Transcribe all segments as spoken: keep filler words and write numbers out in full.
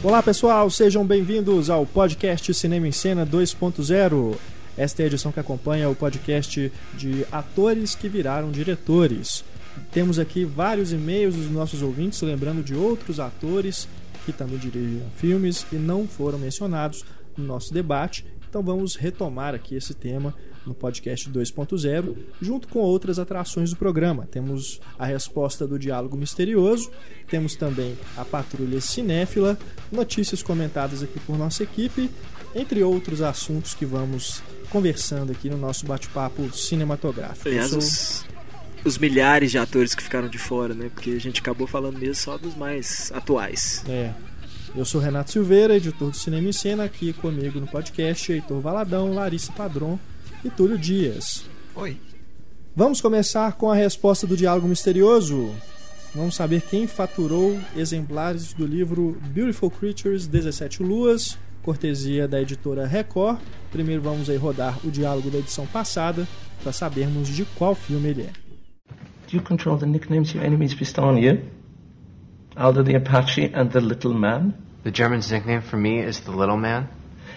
Olá pessoal, sejam bem-vindos ao podcast Cinema em Cena dois ponto zero. Esta é a edição que acompanha o podcast de atores que viraram diretores. Temos aqui vários e-mails dos nossos ouvintes, lembrando de outros atores que também dirigiram filmes e não foram mencionados no nosso debate. Então vamos retomar aqui esse tema no podcast dois ponto zero, junto com outras atrações do programa. Temos a resposta do Diálogo Misterioso, temos também a Patrulha Cinéfila, notícias comentadas aqui por nossa equipe, entre outros assuntos que vamos conversando aqui no nosso bate-papo cinematográfico. Aliás, sou... os, os milhares de atores que ficaram de fora, né? Porque a gente acabou falando mesmo só dos mais atuais. É. Eu sou Renato Silveira, editor do Cinema em Cena, aqui comigo no podcast Heitor Valadão, Larissa Padron e Túlio Dias. Oi. Vamos começar com a resposta do Diálogo Misterioso. Vamos saber quem faturou exemplares do livro Beautiful Creatures, dezessete Luas, cortesia da editora Record. Primeiro vamos aí rodar o diálogo da edição passada para sabermos de qual filme ele é. Do you control the nicknames your enemies bestow on you? Aldo the Apache and the Little Man? The German's nickname for me is the Little Man.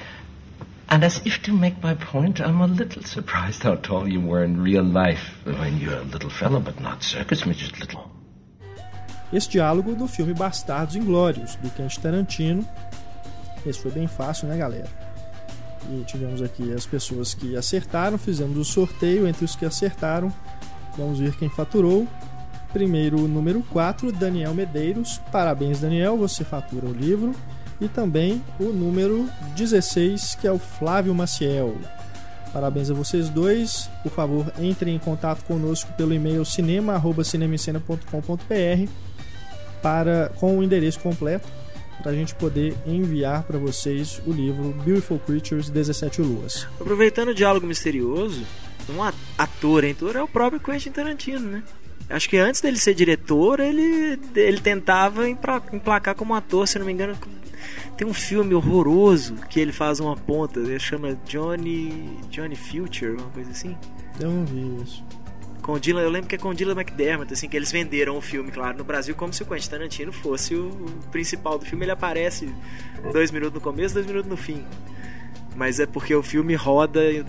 And as if to make my point, I'm a little surprised how tall you were in real life. I mean, you're a little fellow, but not circus midget little. Esse diálogo do filme Bastardos Inglórios, do Quentin Tarantino. Esse foi bem fácil, né, galera? E tivemos aqui as pessoas que acertaram, fizemos o sorteio entre os que acertaram. Vamos ver quem faturou. Primeiro, o número quatro, Daniel Medeiros. Parabéns, Daniel, você fatura o livro. E também o número dezesseis, que é o Flávio Maciel. Parabéns a vocês dois. Por favor, entrem em contato conosco pelo e-mail cinema arroba cinemaencena ponto com ponto br para, com o endereço completo, para a gente poder enviar para vocês o livro Beautiful Creatures, dezessete Luas. Aproveitando o Diálogo Misterioso, um ator, ator é o próprio Quentin Tarantino, né? Acho que antes dele ser diretor, ele, ele tentava emplacar como ator, se não me engano. Tem um filme horroroso que ele faz uma ponta, ele chama Johnny Johnny Future, uma coisa assim. Eu não vi isso. Com o Dylan, eu lembro que é com o Dylan McDermott, assim, que eles venderam o filme, claro, no Brasil, como se o Quentin Tarantino fosse o principal do filme. Ele aparece dois minutos no começo, dois minutos no fim. Mas é porque o filme roda em,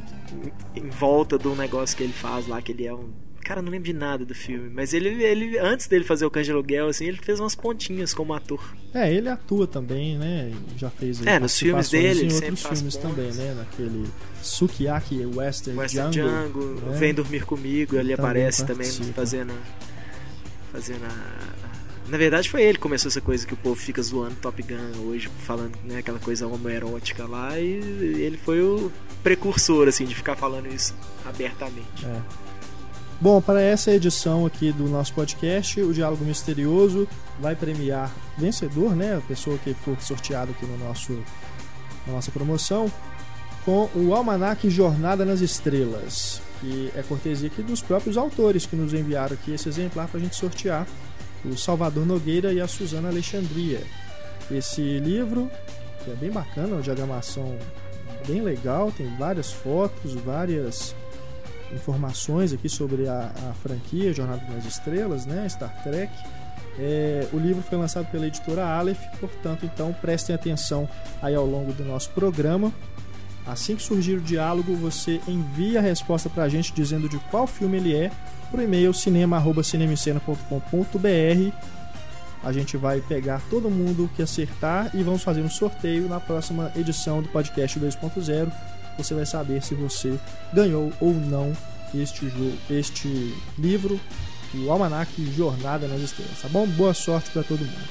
em volta de um negócio que ele faz lá, que ele é um... Cara, não lembro de nada do filme, mas ele, ele antes dele fazer o Cães de Aluguel, assim, ele fez umas pontinhas como ator. É, ele atua também, né? Já fez é, nos filmes dele, em ele outros filmes também, né? Naquele Sukiyaki Western, Western Django, Django, né? Vem Dormir Comigo, ele também aparece participa. também fazendo fazendo a... Na verdade foi ele que começou essa coisa que o povo fica zoando Top Gun hoje, falando, né, aquela coisa homoerótica lá, e ele foi o precursor, assim, de ficar falando isso abertamente. É. Bom, para essa edição aqui do nosso podcast, o Diálogo Misterioso vai premiar vencedor, né? A pessoa que for sorteada aqui no nosso, na nossa promoção, com o Almanaque Jornada nas Estrelas, que é cortesia aqui dos próprios autores que nos enviaram aqui esse exemplar para a gente sortear, o Salvador Nogueira e a Suzana Alexandria. Esse livro, que é bem bacana, uma diagramação bem legal, tem várias fotos, várias... informações aqui sobre a, a franquia Jornada nas Estrelas, né, Star Trek. É, o livro foi lançado pela editora Aleph, portanto, então prestem atenção aí ao longo do nosso programa. Assim que surgir o diálogo, você envia a resposta pra gente dizendo de qual filme ele é pro e-mail cinema arroba cinemaencena ponto com ponto br. A gente vai pegar todo mundo que acertar e vamos fazer um sorteio na próxima edição do podcast dois ponto zero. Você vai saber se você ganhou ou não este, jogo, este livro, o Almanaque Jornada nas Estrelas, tá bom? Boa sorte para todo mundo.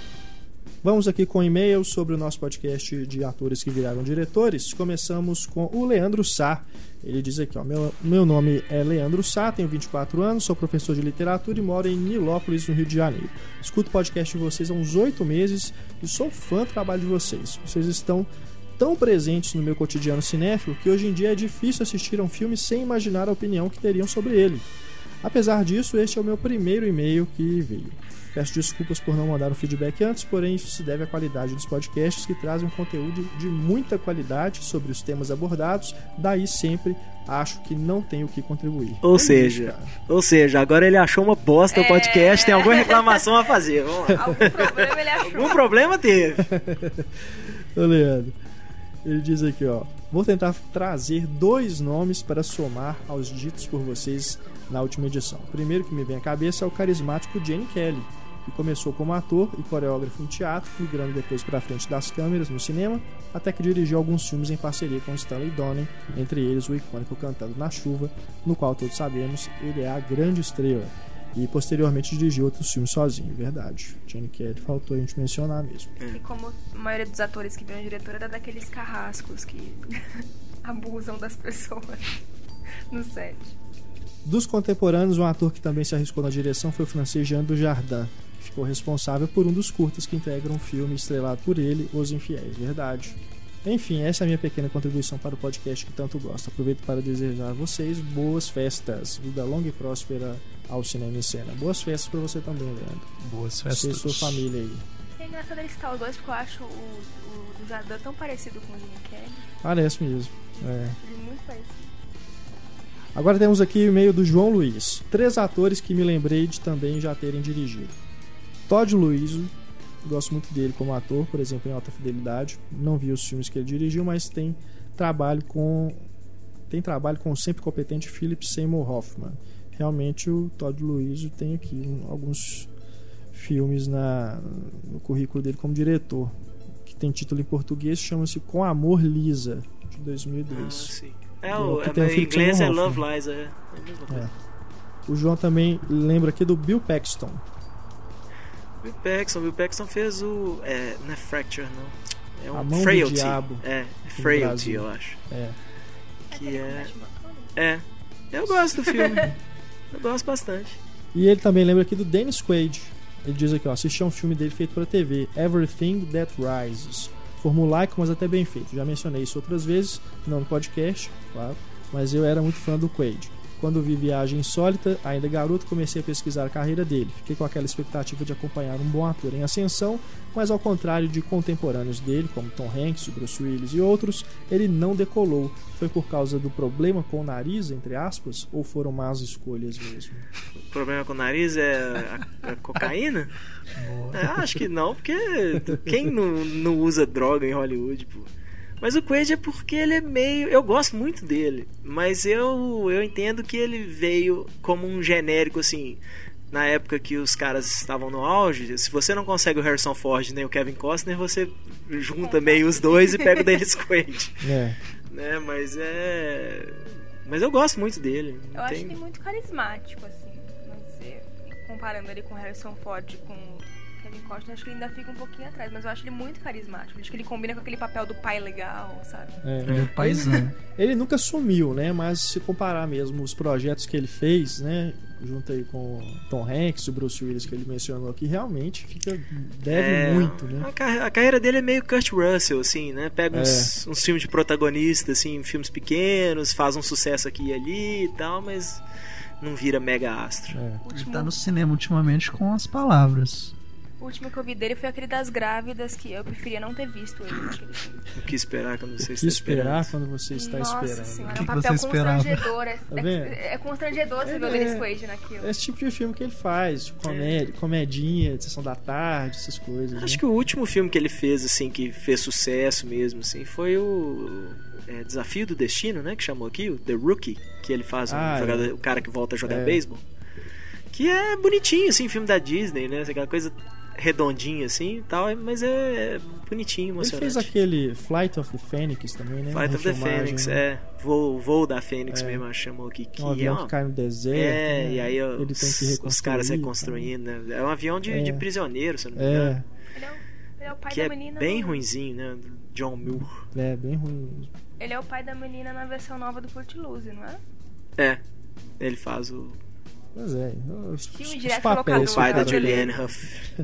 Vamos aqui com e-mails sobre o nosso podcast de atores que viraram diretores. Começamos com o Leandro Sá. Ele diz aqui, ó, meu, meu nome é Leandro Sá, tenho vinte e quatro anos, sou professor de literatura e moro em Nilópolis, no Rio de Janeiro. Escuto o podcast de vocês há uns oito meses e sou fã do trabalho de vocês. Vocês estão tão presentes no meu cotidiano cinéfilo que hoje em dia é difícil assistir a um filme sem imaginar a opinião que teriam sobre ele. Apesar disso, este é o meu primeiro e-mail que veio. Peço desculpas por não mandar o feedback antes, porém isso se deve à qualidade dos podcasts que trazem um conteúdo de muita qualidade sobre os temas abordados, daí sempre acho que não tenho o que contribuir. Ou é seja, isso, ou seja, agora ele achou uma bosta É... o podcast, tem alguma reclamação a fazer. Vamos lá. Algum problema ele achou. Algum problema teve. Ô Leandro, ele diz aqui, ó: vou tentar trazer dois nomes para somar aos ditos por vocês na última edição. O primeiro que me vem à cabeça é o carismático Gene Kelly, que começou como ator e coreógrafo em teatro, migrando depois para a frente das câmeras no cinema, até que dirigiu alguns filmes em parceria com Stanley Donen, entre eles o icônico Cantando na Chuva, no qual todos sabemos ele é a grande estrela, e posteriormente dirigiu outros filmes sozinho, verdade. Gene Kelly faltou a gente mencionar mesmo. E como a maioria dos atores que viram a diretora era daqueles carrascos que abusam das pessoas no set. Dos contemporâneos, um ator que também se arriscou na direção foi o francês Jean Dujardin, que ficou responsável por um dos curtas que integram um filme estrelado por ele, Os Infiéis, verdade. Enfim, essa é a minha pequena contribuição para o podcast que tanto gosto. Aproveito para desejar a vocês boas festas, vida longa e próspera ao Cinema em Cena. Boas festas para você também, Leandro. Boas festas. Você e sua família aí. É engraçado ele citar os dois, porque eu acho o, o do Jardin tão parecido com o Gene Kelly. Parece mesmo. É. Ele é muito parecido. Agora temos aqui o e-mail do João Luiz. Três atores que me lembrei de também já terem dirigido. Todd Luizzo, gosto muito dele como ator, por exemplo, em Alta Fidelidade. Não vi os filmes que ele dirigiu, mas tem trabalho com tem trabalho com o sempre competente Philip Seymour Hoffman. Realmente o Todd Luizzo tem aqui um, alguns filmes na, no currículo dele como diretor, que tem título em português, chama-se Com Amor, Lisa, de dois mil e dois. Ah, sim. É, o, que é, tem o em Philip inglês é Seymour Love Hoffman. Liza, é, é a mesma coisa. É. O João também lembra aqui do Bill Paxton. Bill Paxton, Bill Paxton fez o... É, não é Fracture, não. É um A Mão do Frailty. Diabo, É, no Frailty, Brasil. eu acho. É. Que é... É. Eu gosto do filme. Eu gosto bastante. E ele também lembra aqui do Dennis Quaid. Ele diz aqui, ó, assisti a um filme dele feito para T V, Everything That Rises. Formulaico, mas até bem feito. Já mencionei isso outras vezes, não no podcast, claro, mas eu era muito fã do Quaid. Quando vi Viagem Insólita, ainda garoto, comecei a pesquisar a carreira dele. Fiquei com aquela expectativa de acompanhar um bom ator em ascensão, mas ao contrário de contemporâneos dele, como Tom Hanks, Bruce Willis e outros, ele não decolou. Foi por causa do problema com o nariz, entre aspas, ou foram más escolhas mesmo? O problema com o nariz é a, a cocaína? É, acho que não, porque quem não, não usa droga em Hollywood, pô? Mas o Quaid é porque ele é meio... Eu gosto muito dele, mas eu, eu entendo que ele veio como um genérico, assim... Na época que os caras estavam no auge, se você não consegue o Harrison Ford nem o Kevin Costner, você junta meio os dois e pega o Dennis Quaid. É. Né? Mas é... Mas eu gosto muito dele. Eu acho ele muito carismático, assim. Mas é, comparando ele com o Harrison Ford e com Kevin Costner, acho que ele ainda fica um pouquinho atrás. Mas eu acho ele muito carismático. Acho que ele combina com aquele papel do pai legal, sabe? É. Ele é paisão. Ele nunca sumiu, né? Mas se comparar mesmo os projetos que ele fez, né? Junto aí com Tom Hanks e o Bruce Willis que ele mencionou aqui, realmente fica deve é, muito, né? A, carre- a carreira dele é meio Kurt Russell, assim, né? Pega uns, É. uns filmes de protagonista, assim, filmes pequenos, faz um sucesso aqui e ali e tal, mas não vira mega astro. É. O Ele último, tá no cinema ultimamente com as palavras. o último que eu vi dele foi aquele das grávidas, que eu preferia não ter visto ele naquele filme. O que esperar quando você O está que esperar esperando? quando você está Nossa esperando? senhora, O é um que papel você esperava? constrangedor. É, Tá vendo? é, é constrangedor você Ele ver o Dennis é- Quaid naquilo. É esse tipo de filme que ele faz, de comédia, comedinha, de sessão da tarde, essas coisas. Acho né? que o último filme que ele fez, assim, que fez sucesso mesmo, assim, foi o é, Desafio do Destino, né? Que chamou aqui, o The Rookie, que ele faz um Ah, jogador, é. o cara que volta a jogar É. beisebol. Que é bonitinho, assim, filme da Disney, né? Aquela coisa redondinha, assim, e tal, mas é bonitinho, Ele emocionante. fez aquele Flight of the Phoenix também, né? Flight of the Refilmagem, Phoenix, né? é. Voo, voo da Fênix É. mesmo, acho que chamou aqui. Que Um é, avião uma- que cai no deserto. é né? e aí ele tem que os, reconstruir. os caras e tal. reconstruindo, né? É um avião de, É. de prisioneiro, se eu não me engano. É, Ele é o, ele é o pai Que da é menina. bem no- ruinzinho, né? John Moore. é bem ruim mesmo. Ele é o pai da menina na versão nova do Footloose, não é? É. Ele faz o Mas é, os, Filme os direto papéis. colocado. pai da cara. Julianne Hough.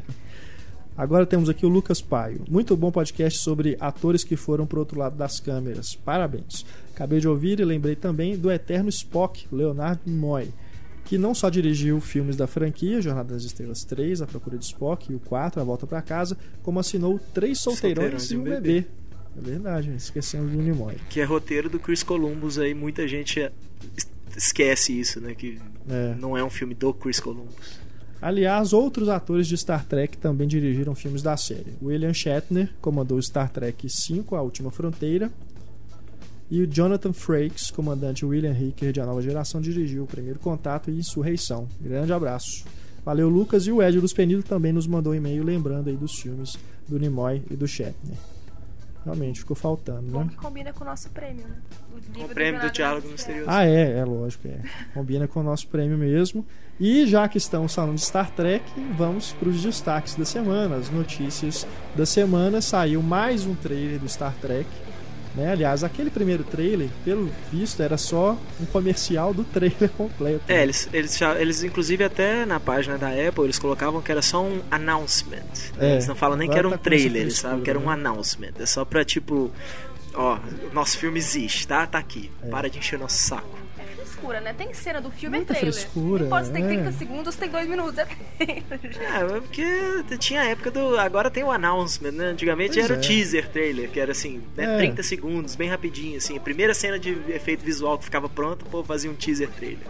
Agora temos aqui o Lucas Paio. Muito bom podcast sobre atores que foram pro outro lado das câmeras. Parabéns. Acabei de ouvir e lembrei também do eterno Spock, Leonard Nimoy, que não só dirigiu filmes da franquia, Jornada nas Estrelas três, A Procura de Spock, e o quatro, A Volta pra Casa, como assinou Três Solteirões, Solteirões e um Bebê. bebê. É verdade, esquecemos do Nimoy. Que é roteiro do Chris Columbus, aí muita gente esquece isso, né? Que é. não é um filme do Chris Columbus. Aliás, outros atores de Star Trek também dirigiram filmes da série. William Shatner comandou Star Trek cinco, A Última Fronteira. E o Jonathan Frakes, comandante William Riker de A Nova Geração, dirigiu O Primeiro Contato e Insurreição. Grande abraço. Valeu, Lucas. E o Ed Luz Penido também nos mandou um e-mail lembrando aí dos filmes do Nimoy e do Shatner. Realmente, ficou faltando, Bom, né? que combina com o nosso prêmio, né? O, o prêmio do Diálogo Misterioso. Ah, é, é lógico, é. Combina com o nosso prêmio mesmo. E já que estamos falando de Star Trek, vamos para os destaques da semana, as notícias da semana. Saiu mais um trailer do Star Trek, né? Aliás, aquele primeiro trailer, pelo visto, era só um comercial do trailer completo. É, eles, eles, eles inclusive até na página da Apple, eles colocavam que era só um announcement. É, eles não falam nem que era um tá trailer, eles sabem que era um né? announcement. É só pra tipo, ó, nosso filme existe, tá? Tá aqui. É. Para de encher nosso saco. É frescura, né? Tem cena do filme, Muita é trailer. frescura, Não pode ter é. trinta segundos, tem dois minutos. É trailer. É, porque tinha a época do... Agora tem o announcement, né? Antigamente Pois era é. o teaser trailer, que era assim, né? É. trinta segundos, bem rapidinho, assim. A primeira cena de efeito visual que ficava pronta, o povo fazia um teaser trailer.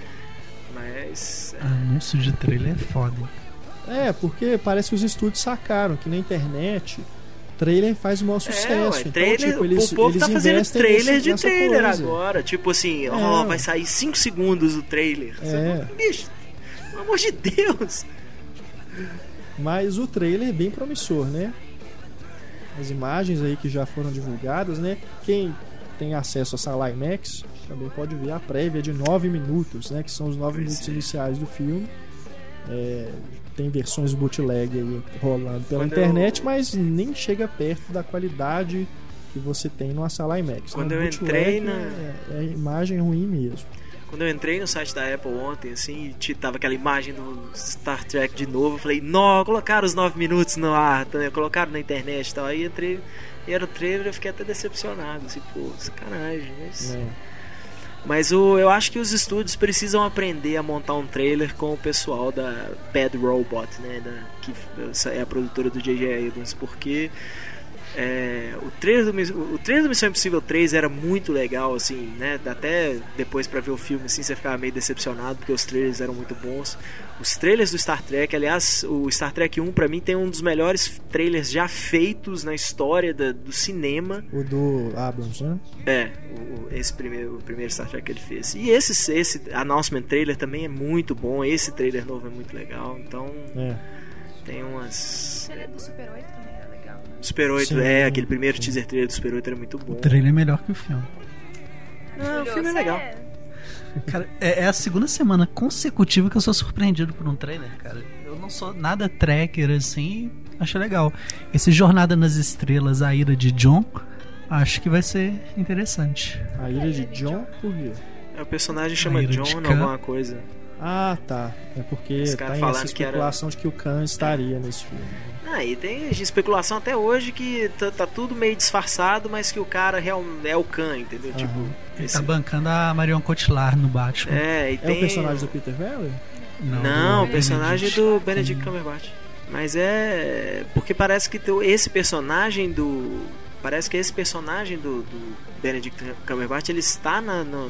Mas... Anúncio de trailer é foda. É, porque parece que os estúdios sacaram que na internet trailer faz o maior sucesso. É, ué, então, trailer, tipo, eles, o povo eles tá fazendo investem trailer nesse- de nessa trailer coisa. agora. Tipo assim, É. ó, vai sair cinco segundos o trailer. É. Bicho, pelo amor de Deus. Mas o trailer é bem promissor, né? As imagens aí que já foram divulgadas, né? Quem tem acesso a sala IMAX também pode ver a prévia de nove minutos, né? Que são os nove Pois minutos é. iniciais do filme. É, tem versões bootleg aí rolando pela Quando internet, eu- mas nem chega perto da qualidade que você tem numa sala IMAX. Quando No eu bootleg entrei na- é, é imagem ruim mesmo. Quando eu entrei no site da Apple ontem, assim, e tava aquela imagem do Star Trek de novo, eu falei, nó, colocaram os nove minutos no ar, né? Colocaram na internet e tal. Aí entrei, e era o trailer, eu fiquei até decepcionado, assim, pô, sacanagem, mas... Né? Mas o, eu acho que os estúdios precisam aprender a montar um trailer com o pessoal da Bad Robot, né? Da, que é a produtora do J J Abrams, porque é, o, trailer do, o trailer do Missão Impossível três era muito legal, assim, né? Até depois pra ver o filme, assim, você ficava meio decepcionado, porque os trailers eram muito bons. Os trailers do Star Trek, aliás, o Star Trek um pra mim tem um dos melhores trailers já feitos na história da, do cinema. O do Abrams, né? É, o, esse primeiro, o primeiro Star Trek que ele fez. E esse, esse announcement trailer também é muito bom. Esse trailer novo é muito legal. Então, É. tem umas. O trailer do Super oito também era legal. Né? Super oito, Sim. é, aquele primeiro teaser trailer do Super oito era muito bom. O trailer é melhor que o filme. Não, o Julio, filme é você legal. Cara, é, é a segunda semana consecutiva que eu sou surpreendido por um trailer, cara. Eu não sou nada tracker assim, acho legal. Esse Jornada nas Estrelas, a ira de John, acho que vai ser interessante. A ilha de John, por quê? É, o personagem chama Ira de John Khan. alguma coisa. Ah, tá. É porque Os tá caras em falando essa que era- especulação de que o Khan estaria nesse filme. Ah, e tem especulação até hoje que tá, tá tudo meio disfarçado, mas que o cara real, é o Khan, entendeu? Aham. Tipo, Ele esse- tá bancando a Marion Cotillard no Batman. é, e É tem o personagem do Peter Weller? Não, do o personagem Benedict. do Benedict Cumberbatch. Mas é. Porque parece que teu- esse personagem do. Parece que esse personagem do, do Benedict Cumberbatch ele está na, no,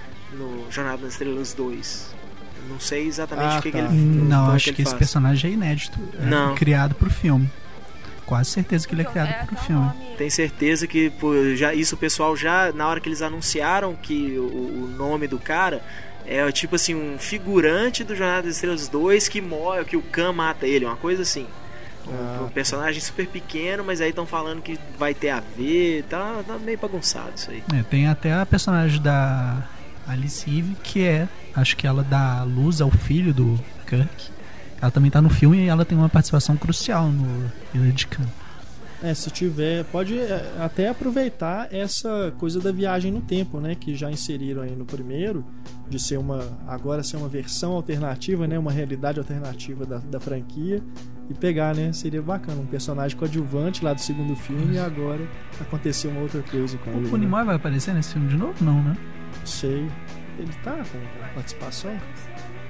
no Jornada nas Estrelas dois. Eu não sei exatamente Ah, o que, tá. que ele Não, como acho ele que esse faz. personagem é inédito. É Não. criado pro filme. Quase certeza que ele é Então, criado é pro até um filme. nome- Tenho certeza que pô, já, isso o pessoal já, na hora que eles anunciaram que o, o nome do cara é tipo assim, um figurante do Jornada das Estrelas dois que morre, que o Khan mata ele, uma coisa assim. Um, Ah, um personagem super pequeno, mas aí estão falando que vai ter a ver, tá, tá meio bagunçado isso aí. É, tem até a personagem da Alice Eve, que é, acho que ela dá luz ao filho do Kirk. Ela também tá no filme e ela tem uma participação crucial no Ilha de Khan. É, se tiver, pode é, até aproveitar essa coisa da viagem no tempo, né, que já inseriram aí no primeiro, de ser uma, agora ser uma versão alternativa, né, uma realidade alternativa da, da franquia, e pegar, né, seria bacana, um personagem coadjuvante lá do segundo filme e agora aconteceu uma outra coisa com ele. O né? Nimoy vai aparecer nesse filme de novo? Não, né? Não sei, ele tá com, com participação?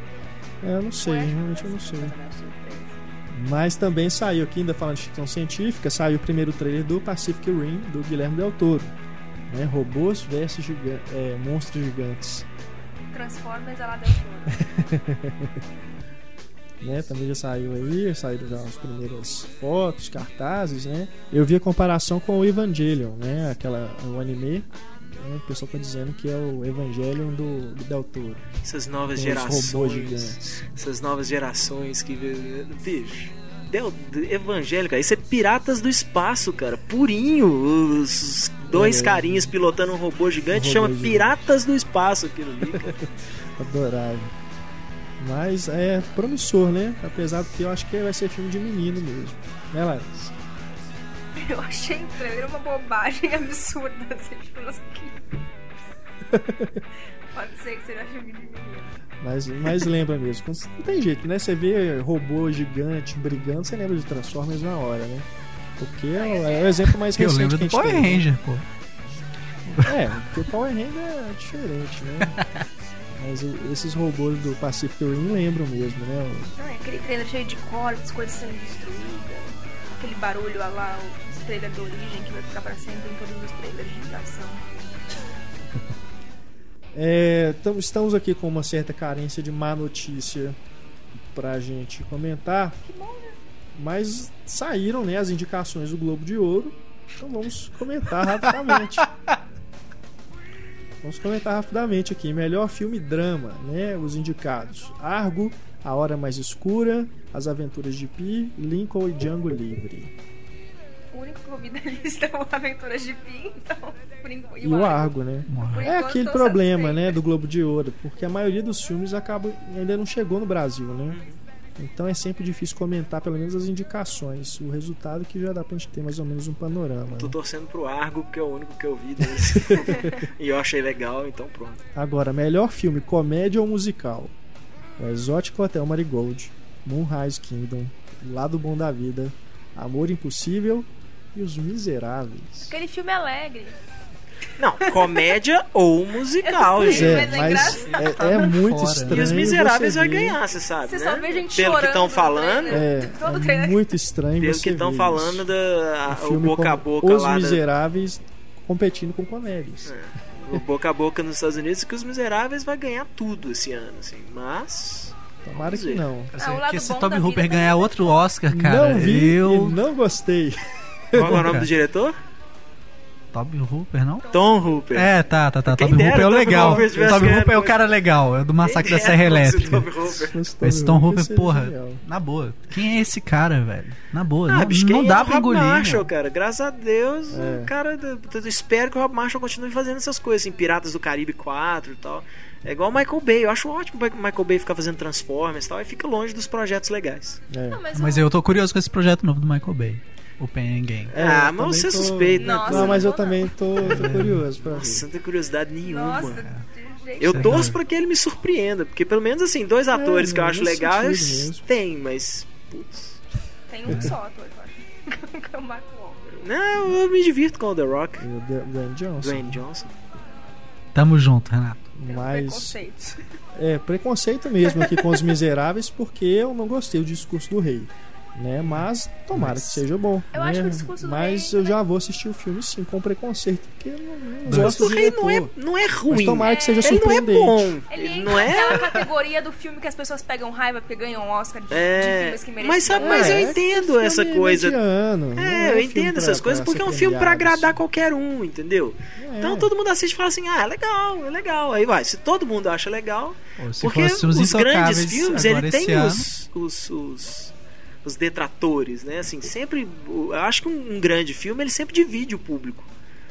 É, eu não sei, realmente eu não sei. Mas também saiu aqui, ainda falando de ficção científica, saiu o primeiro trailer do Pacific Rim, do Guilherme Del Toro, né? Robôs versus giga- é, monstros gigantes. Transformers lá Del Toro. Né? Também já saiu aí, saíram já as primeiras fotos, cartazes, né? Eu vi a comparação com o Evangelion, né? Aquela, o anime, né? O pessoal tá dizendo que é o Evangelion do, do Del Toro. Essas novas Com os robôs gerações. gigantes. Essas novas gerações que. Bicho. Del, evangélico, isso é Piratas do Espaço, cara. Purinho. Os dois É. carinhas pilotando um robô gigante. Um robô chama gigante. Piratas do Espaço aquilo ali, cara. Adorável. Mas é promissor, né? Apesar de que eu acho que vai ser filme de menino mesmo. Né, Larissa? Eu achei o trailer uma bobagem absurda. Assim, tipo, nossa, que... Pode ser que seja filme de menino. Mas, mas lembra mesmo. Não tem jeito, né? Você vê robô gigante brigando, você lembra de Transformers na hora, né? Porque é, o- é o exemplo mais Eu recente lembro que a do gente Power tem. Ranger, pô. É, porque o Power Ranger é diferente, né? Mas o- esses robôs do Pacific Rim lembram mesmo, né? Não, é aquele trailer cheio de corpos, coisas sendo destruídas. Aquele barulho lá, lá, o trailer da origem que vai ficar pra sempre em todos os trailers de ação. É, tam- estamos aqui com uma certa carência de má notícia pra gente comentar. Mas saíram, né, as indicações do Globo de Ouro. Então vamos comentar rapidamente. Vamos comentar rapidamente aqui. Melhor filme drama, né? Os indicados: Argo, A Hora Mais Escura, As Aventuras de Pi, Lincoln e Django Livre. O único que eu vi da lista é o Aventuras de Pi, então, por enquanto. E o Argo, né? Por É enquanto, aquele tô problema, satisfeita. né, do Globo de Ouro, porque a maioria dos filmes acaba ainda não chegou no Brasil, né? Então é sempre difícil comentar pelo menos as indicações, o resultado que já dá pra gente ter mais ou menos um panorama. Tô Né? torcendo pro Argo, porque é o único que eu vi desse. E eu achei legal, então pronto. Agora, melhor filme, comédia ou musical? O Exótico Hotel Marigold, Moonrise Kingdom, Lado Bom da Vida, Amor Impossível e Os Miseráveis. Aquele filme alegre. Não, comédia ou musical, Pois gente. é, mas é mas engraçado. é, é muito fora. estranho. E Os Miseráveis você vai ver- ganhar, você sabe, Você né? só vê gente Pelo que chorando estão no falando, trailer. É, Todo é trailer. muito estranho pelo você que estão ver falando isso. da O o filme boca a com boca Os lá da, Miseráveis competindo com comédias. o boca a boca nos Estados Unidos, que Os Miseráveis vai ganhar tudo esse ano, assim. Mas Tomara Vamos que ver. não. Ah, o lado que se bom Toby da Hooper vida ganhar também. outro Oscar, cara, não vi eu... e não gostei. qual é o nome Cara. do diretor? Toby Hooper, não? Tom Hooper. É, tá, tá, tá. Quem Toby dera Hooper é o Toby legal. Hooper tivesse Toby ganhado Hooper é o hoje. cara legal, é do Massacre da Quem Serra dera fosse o Elétrica. Tom Hooper. Esse Tom Hooper, seria porra, genial. na boa. Quem é esse cara, velho? Na boa, Ah, não, bicho, não quem dá é o pra Rob engolir. Marshall, meu. cara. Graças a Deus, É. o cara. Eu espero que o Rob Marshall continue fazendo essas coisas, assim, Piratas do Caribe quatro e tal. É igual o Michael Bay. Eu acho ótimo o Michael Bay ficar fazendo Transformers e tal, e fica longe dos projetos legais. É. Não, mas Mas o- eu tô curioso com esse projeto novo do Michael Bay. O Pain and Gain. É, ah, eu mas você é também tô- suspeito, né? Nossa, Não, mas eu não vou, também tô, tô curioso pra ver. Nossa, não tem curiosidade nenhuma. Nossa, de jeito Eu Sei torço não. pra que ele me surpreenda, porque pelo menos assim, dois atores que eu não, acho nesse legais sentido mesmo. tem, mas. Putz. Tem um só ator, eu acho. Que é o Mark Wahlberg. Não, eu me divirto com o The Rock. E o D- Dwayne Johnson. Dwayne Johnson. Tamo junto, Renato. Tem um Mas preconceito. é preconceito mesmo aqui com Os Miseráveis, porque eu não gostei do discurso do rei. Né? Mas tomara Mas- que seja bom. Eu né? acho que o discurso do Mas rei eu já vou assistir o filme sim, com preconceito, porque eu não, não O gosto do do Rei não é, diretor. não é ruim. Mas tomara que seja Ele não é surpreendente. bom. Ele Ele entra não é. naquela categoria do filme que as pessoas pegam raiva porque ganham um Oscar de, de É, filmes que mereciam. mas sabe, mas eu É, entendo filme essa coisa. mediano, não É, eu filme entendo pra- essas coisas pra porque é ser um filme pra premiado, agradar assim. qualquer um, entendeu? É. Então todo mundo assiste e fala assim: ah, é legal, é legal. Aí vai, se todo mundo acha legal. Pô, se Porque fosse os os grandes Intocáveis filmes, agora ele esse tem ano, os, os, os, os detratores, né? Assim, sempre. Eu acho que um, um grande filme ele sempre divide o público.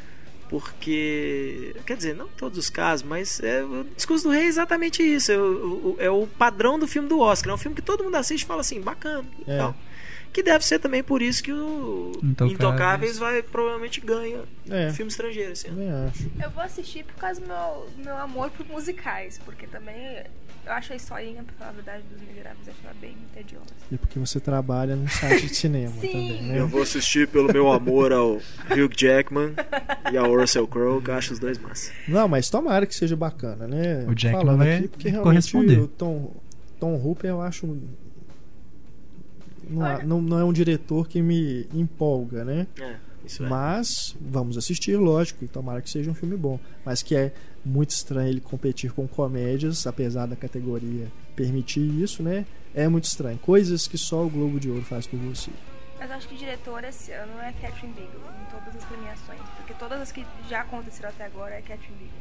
Porque. Quer dizer, não todos os casos, mas é, o Discurso do Rei é exatamente isso. É o, o- é o padrão do filme do Oscar. É um filme que todo mundo assiste e fala assim, bacana. É. Então, que deve ser também por isso que o Intocáveis. Intocáveis vai provavelmente ganha É. filme estrangeiro esse ano. Também acho. Eu vou assistir por causa do meu, do meu amor por musicais, porque também eu acho a historinha, pra falar a verdade, dos Miseráveis, eu acho ela bem tediosa. E porque você trabalha num site de cinema Sim. também, né? Eu vou assistir pelo meu amor ao Hugh Jackman e ao Russell Crowe, que eu acho os dois massa. Não, mas tomara que seja bacana, né? O Jackman Falando vai aqui, porque realmente corresponder. o Tom, Tom Hooper eu acho não, é- não, não é um diretor que me empolga, né? É, isso é. Mas vamos assistir, lógico, e tomara que seja um filme bom. Mas que é muito estranho ele competir com comédias, apesar da categoria permitir isso, né? É muito estranho. Coisas que só o Globo de Ouro faz por você. Mas acho que diretor esse ano é Catherine Bigelow em todas as premiações, porque todas as que já aconteceram até agora é Catherine Bigelow.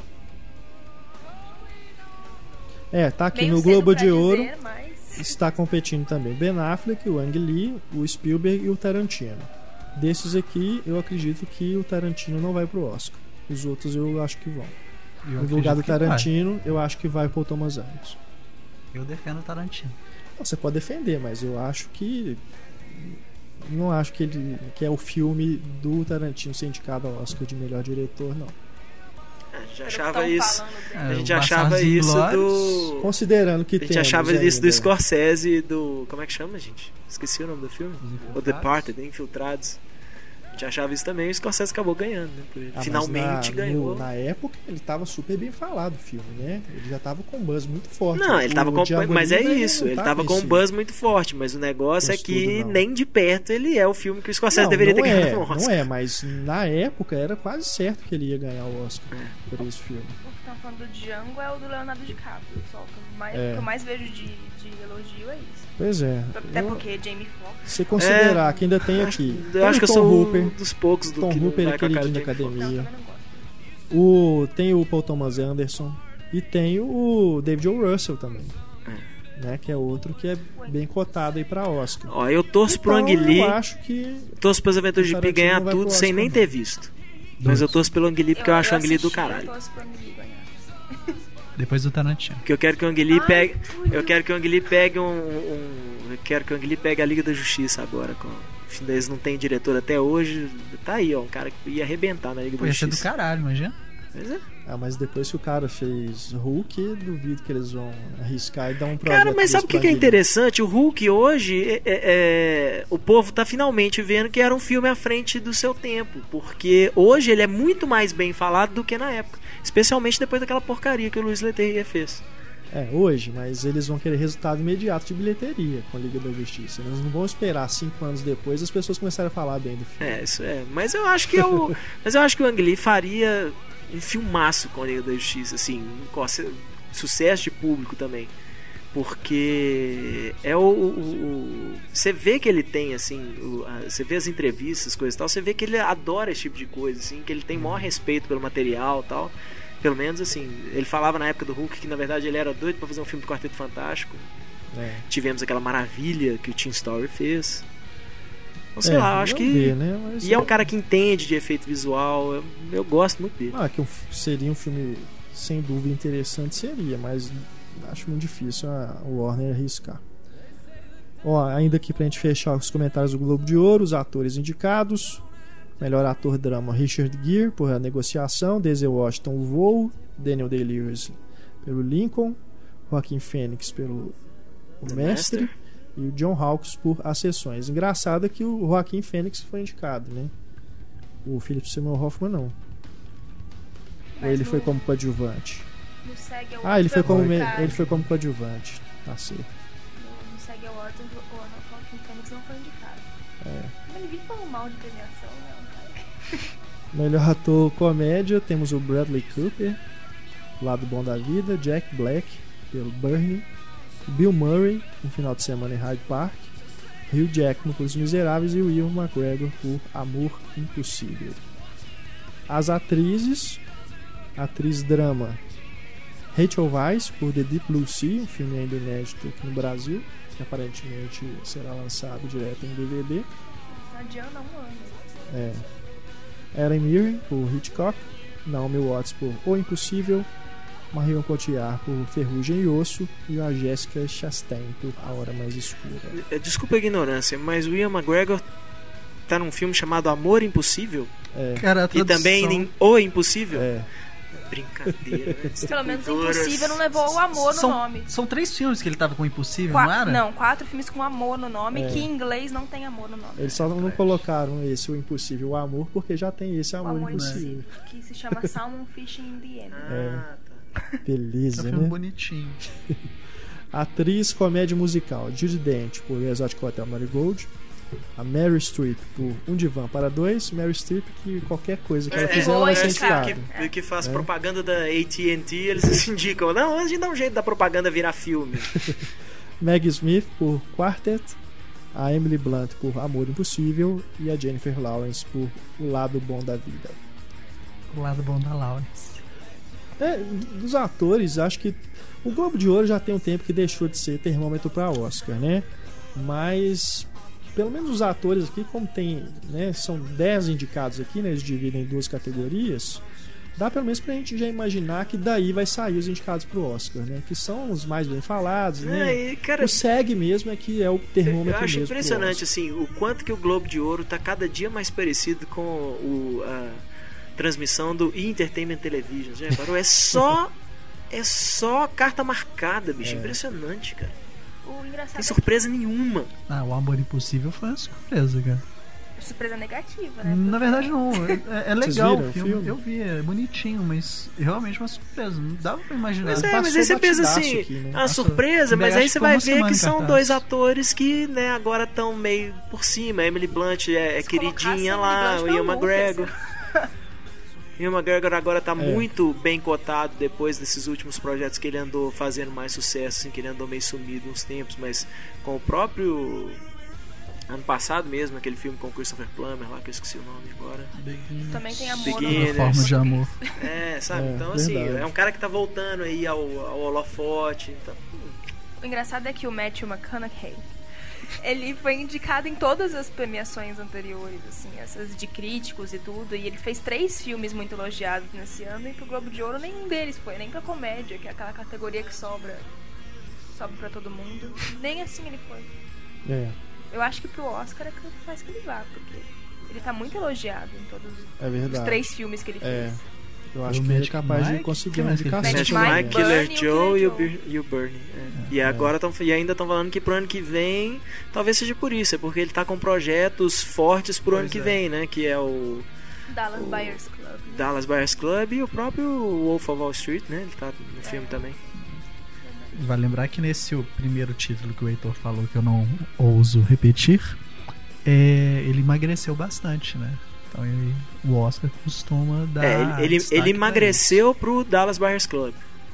É, tá aqui Meio no cedo Globo pra de Ouro. dizer, mas... Está competindo também Ben Affleck, o Ang Lee, o Spielberg e o Tarantino. Desses aqui, eu acredito que o Tarantino não vai pro Oscar. Os outros eu acho que vão. Eu No lugar do acredito que vai. Tarantino, eu acho que vai pro Thomas Anderson. Eu defendo o Tarantino. Não, você pode defender, mas eu acho que não acho que ele que é o filme do Tarantino ser indicado ao Oscar de melhor diretor, não. A gente Pelo que achava tão isso. falando dele. É, A gente o achava Bastardos isso Inglórios. do. Considerando que A gente temos achava isso do ainda- Scorsese e do. Como é que chama, gente? Esqueci o nome do filme. Os O Infiltrados. Departed, Infiltrados. A gente achava isso também e o Scorsese acabou ganhando, né? por ele. Ah, mas Finalmente na, ganhou. no- na época ele tava super bem falado o filme, né? Ele já tava com um buzz muito forte. Não, ele tava O com. Django Mas é Livre, isso, não ele tá tava com um esse- buzz muito forte, mas o negócio é com que estudo, não. nem de perto ele é o filme que o Scorsese Não, deveria não ter é, ganhado no Oscar. Não é, mas na época era quase certo que ele ia ganhar o Oscar É. por esse filme. O que estão falando do Django é o do Leonardo DiCaprio. Só que o mais, É. o que eu mais vejo de, de elogio é isso. Pois é. Até Eu- porque Jamie Foxx. Se considerar É, que ainda tem Acho- aqui. Eu tem acho o que eu Tom sou Hooper, um dos poucos do Tom que não Hooper é vai com a cara queridinho de da Jamie Foxx. Não, academia. também não gosto. O, tem o Paul Thomas Anderson e tem o David O. Russell também. Né, que é outro que é bem cotado aí pra Oscar. Ó, eu torço pro Então, Ang Lee, eu acho que torço pras Aventuras o de Pi Tarantino ganhar não vai tudo pro sem Oscar, nem não. ter visto. Mas eu torço pelo Ang Lee porque eu, acho o Ang Lee do assisti, caralho. Eu torço pro Ang Lee ganhar. Depois do Tarantino. Porque eu quero que o Ang Lee Ai, pegue. Túlio. Eu quero que o Ang Lee pegue um. um- eu quero que o Ang Lee pegue a Liga da Justiça agora. Com, enfim, eles não tem diretor até hoje. Tá aí, ó. Um cara que ia arrebentar na Liga Pô, da ia ser do Justiça. caralho, imagina. Mas é. Ah, mas depois que o cara fez Hulk, duvido que eles vão arriscar e dar um projeto Cara, mas sabe o que, desse que é pro Ang Lee. interessante? O Hulk hoje, é, é- é- o povo tá finalmente vendo que era um filme à frente do seu tempo. Porque hoje ele é muito mais bem falado do que na época. Especialmente depois daquela porcaria que o Luiz Leterrier fez. É, hoje, mas eles vão querer resultado imediato de bilheteria com a Liga da Justiça. Eles não vão esperar cinco anos depois as pessoas começarem a falar bem do filme. É, isso é. Mas eu acho que eu, mas eu acho que o Ang Lee faria um filmaço com a Liga da Justiça, assim, um co- sucesso de público também. Porque é o, o- o- você vê que ele tem assim, o- a- você vê as entrevistas, coisas e tal, você vê que ele adora esse tipo de coisa, assim, que ele tem maior respeito pelo material, e tal. Pelo menos assim, ele falava na época do Hulk que na verdade ele era doido pra fazer um filme do Quarteto Fantástico. É. Tivemos aquela maravilha que o Tim Story fez. Então, sei É, lá, eu acho vamos que ver, né? Mas e é um cara que entende de efeito visual. Eu, eu gosto muito dele. Ah, que um f- seria um filme sem dúvida interessante, seria, mas acho muito difícil a o Warner arriscar. Ó, ainda aqui pra gente fechar os comentários do Globo de Ouro, os atores indicados: melhor ator drama Richard Gere por A Negociação, Denzel Washington O Voo, Daniel Day-Lewis pelo Lincoln, Joaquin Phoenix pelo O The Mestre Master. e o John Hawkes por As Sessões. Engraçado é que o Joaquin Phoenix foi indicado, né? O Philip Seymour Hoffman não. Ou Mas ele no- foi como coadjuvante. No SEG Awards Ah, ele foi como, me- indicado. ele foi como coadjuvante. Tá certo. No, no SEG Awards o o Joaquin Phoenix não foi indicado. É. Mas ele vive falando mal de premiação, né? Cara. Melhor ator comédia, temos o Bradley Cooper, Lado Bom da Vida, Jack Black, pelo Burning, Bill Murray, no final de semana em Hyde Park, Hugh Jackman por Os Miseráveis e o Ewan McGregor por Amor Impossível. As atrizes, atriz drama Rachel Weisz por The Deep Blue Sea, um filme ainda inédito aqui no Brasil, que aparentemente será lançado direto em D V D. Tá adiando um ano. É. Ellen Mirren por Hitchcock, Naomi Watts por O Impossível, Marion Cotillard por Ferrugem e Osso e a Jessica Chastain por A Hora Mais Escura. É, desculpa a ignorância, mas o Ian McGregor tá num filme chamado Amor Impossível É, Cara, a e tradução... também em O Impossível. é. Brincadeira, né? Pelo menos o Culturas. Impossível não levou o amor no são, nome. São três filmes que ele tava com Impossível, Qua- não era? Não, quatro filmes com amor no nome, É. que em inglês não tem amor no nome. Eles só não colocaram esse O Impossível, o Amor, porque já tem esse O Amor, amor Impossível. impossível, que se chama Salmon Fishing in the End. Ah, tá. É um Beleza, filme né? bonitinho. Atriz comédia musical: Judi Dench por Exotic Hotel Marigold. A Meryl Streep por Um Divã para Dois. Meryl Streep, que qualquer coisa que ela É, fizer, ela vai ser é, indicada. Que, que faz É. propaganda da A T and T, eles se indicam. Não, a gente dá um jeito da propaganda virar filme. Maggie Smith por Quartet. A Emily Blunt por Amor Impossível. E a Jennifer Lawrence por O Lado Bom da Vida. O lado bom da Lawrence. É, dos atores, acho que o Globo de Ouro já tem um tempo que deixou de ser termômetro para Oscar, né? Mas pelo menos os atores aqui, como tem, né, são dez indicados aqui, né, eles dividem em duas categorias, dá pelo menos pra gente já imaginar que daí vai sair os indicados pro Oscar, né? Que são os mais bem falados, né? É, e, cara, o SEG mesmo é que é o termômetro eu acho mesmo pro impressionante Oscar. assim, o quanto que o Globo de Ouro tá cada dia mais parecido com o, a transmissão do Entertainment Television. Já reparou? É só é só carta marcada, bicho. É. Impressionante, cara. O engraçado Tem é surpresa nenhuma. Ah, o Amor Impossível foi uma surpresa, cara. que- surpresa negativa, né? Na verdade, não. É, é Vocês legal viram o o filme. filme? Eu vi, é bonitinho, mas realmente uma surpresa. Não dava pra imaginar. Mas é, passou mas aí você pensa batidaço assim, aqui, né? é uma Passou. surpresa, mas Acho aí que você ficou vai uma ver semana que em são cartaz. dois atores que, né, agora estão meio por cima. A Emily Blunt é, é Se colocasse a queridinha Emily lá, Blunt o no Ian Lucas, McGregor. Ian McGregor agora tá É. muito bem cotado depois desses últimos projetos que ele andou fazendo mais sucesso, assim, que ele andou meio sumido uns tempos, mas com o próprio ano passado mesmo, aquele filme com o Christopher Plummer lá, que eu esqueci o nome agora. Também tem amor. Beginners. no- Forma de amor. É, sabe? É, então assim, verdade. é um cara que tá voltando aí ao, ao holofote, então... O engraçado é que o Matthew McConaughey, ele foi indicado em todas as premiações anteriores, assim, essas de críticos e tudo, e ele fez três filmes muito elogiados nesse ano, e pro Globo de Ouro nenhum deles foi, nem pra comédia, que é aquela categoria que sobra, sobra pra todo mundo, nem assim ele foi. É, Eu acho que pro Oscar é que faz que ele vá, porque ele tá muito elogiado em todos é os verdade. três filmes que ele É, fez. eu acho O que ele é Magic capaz de Mike? conseguir Que uma mais que ele indicação. fez? Magic Magic Mike, Mike, Killer Burn e o Joe e o, Killer Bir- e o Bernie. é. E, É. agora tão, e ainda estão falando que pro ano que vem, talvez seja por isso, é porque ele tá com projetos fortes pro Pois ano que é. vem, né? Que é o Dallas Buyers Club. Dallas Buyers Club e o próprio Wolf of Wall Street, né? Ele tá no filme também. Vai lembrar que nesse o primeiro título que o Heitor falou, que eu não ouso repetir, é, ele emagreceu bastante, né? Então ele, o Oscar costuma dar. É, ele, ele, destaque ele pra emagreceu pro Dallas Buyers Club,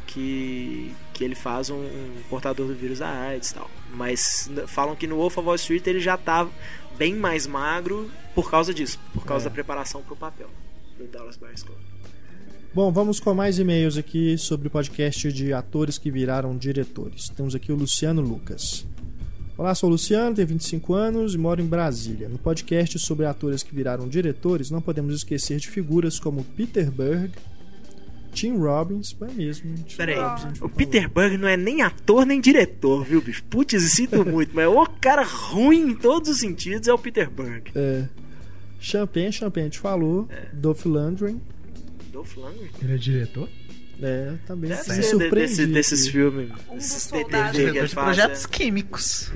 que, que ele faz um, um portador do vírus da AIDS e tal. Mas n- falam que no Wolf of Wall Street ele já tá bem mais magro por causa disso, por causa É. da preparação pro papel do Dallas Buyers Club. Bom, vamos com mais e-mails aqui sobre o podcast de atores que viraram diretores. Temos aqui o Luciano Lucas. Olá, sou o Luciano, tenho vinte e cinco anos e moro em Brasília. No podcast sobre atores que viraram diretores, não podemos esquecer de figuras como Peter Berg, Tim Robbins, é mesmo. Tim Peraí, Robbins, a gente o falou. Peter Berg não é nem ator nem diretor, viu, bicho? Putz, sinto muito, mas o cara ruim em todos os sentidos é o Peter Berg. É, Champagne, Champagne a gente falou, É. Dolph Lundgren, Dolph Lundgren? Ele é diretor? é, também Deve me ser de- surpreendi desse- desses aqui. filmes, Um dos esses soldados. D T V que Diretor ele de faz. projetos é. químicos.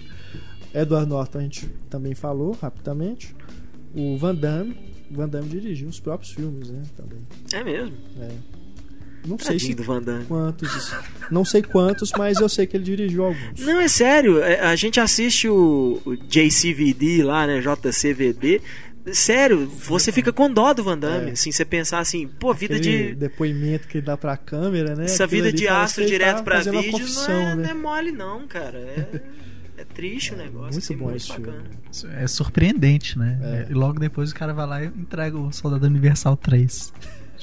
Edward Norton a gente também falou rapidamente. O Van Damme, Van Damme dirigiu os próprios filmes, né, também. É mesmo? É. Não sei Tadinho se do Van Damme. quantos, não sei quantos, mas eu sei que ele dirigiu alguns. Não, é sério, é, a gente assiste o, o J C V D lá, né, J C V D. Sério, você fica com dó do Van Damme, É. assim, você pensar assim, pô, vida Aquele de... depoimento que ele dá pra câmera, né? Essa Aquilo vida ali de parece astro que ele direto tá pra fazendo uma vídeo confissão, não, é, né? não é mole não, cara. É, é triste o negócio. Muito assim, bom muito esse bacana. filme. É surpreendente, né? É. E logo depois o cara vai lá e entrega o Soldado Universal três.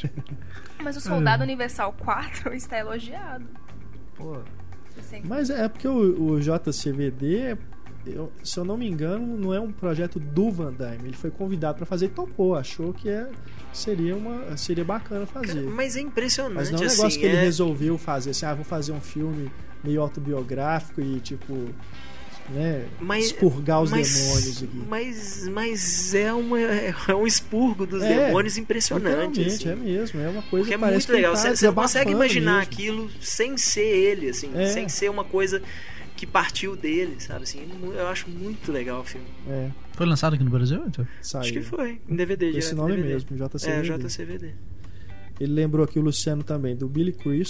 Mas o Soldado Universal quatro está elogiado. Pô, Assim, Mas é porque o, o J C V D, eu- se eu não me engano, não é um projeto do Van Damme. Ele foi convidado pra fazer e topou. Achou que é, seria, uma, seria bacana fazer. Mas é impressionante, Mas não é um negócio assim, que ele é... resolveu fazer assim, ah, vou fazer um filme meio autobiográfico e tipo, né, Mas- expurgar os mas, demônios aqui. Mas, mas é, uma, é um expurgo dos É, demônios impressionante. Literalmente, assim. é mesmo, é uma coisa Porque é que parece muito que ele legal. tá Você, você não consegue desabafando imaginar mesmo. aquilo sem ser ele, assim, É. sem ser uma coisa que partiu dele, sabe? Assim, eu acho muito legal o filme. É, foi lançado aqui no Brasil, então? saiu. Acho que foi, em D V D. Com esse direto em nome D V D. mesmo, J C V D. É, J C V D. Ele lembrou aqui o Luciano também do Billy Crystal,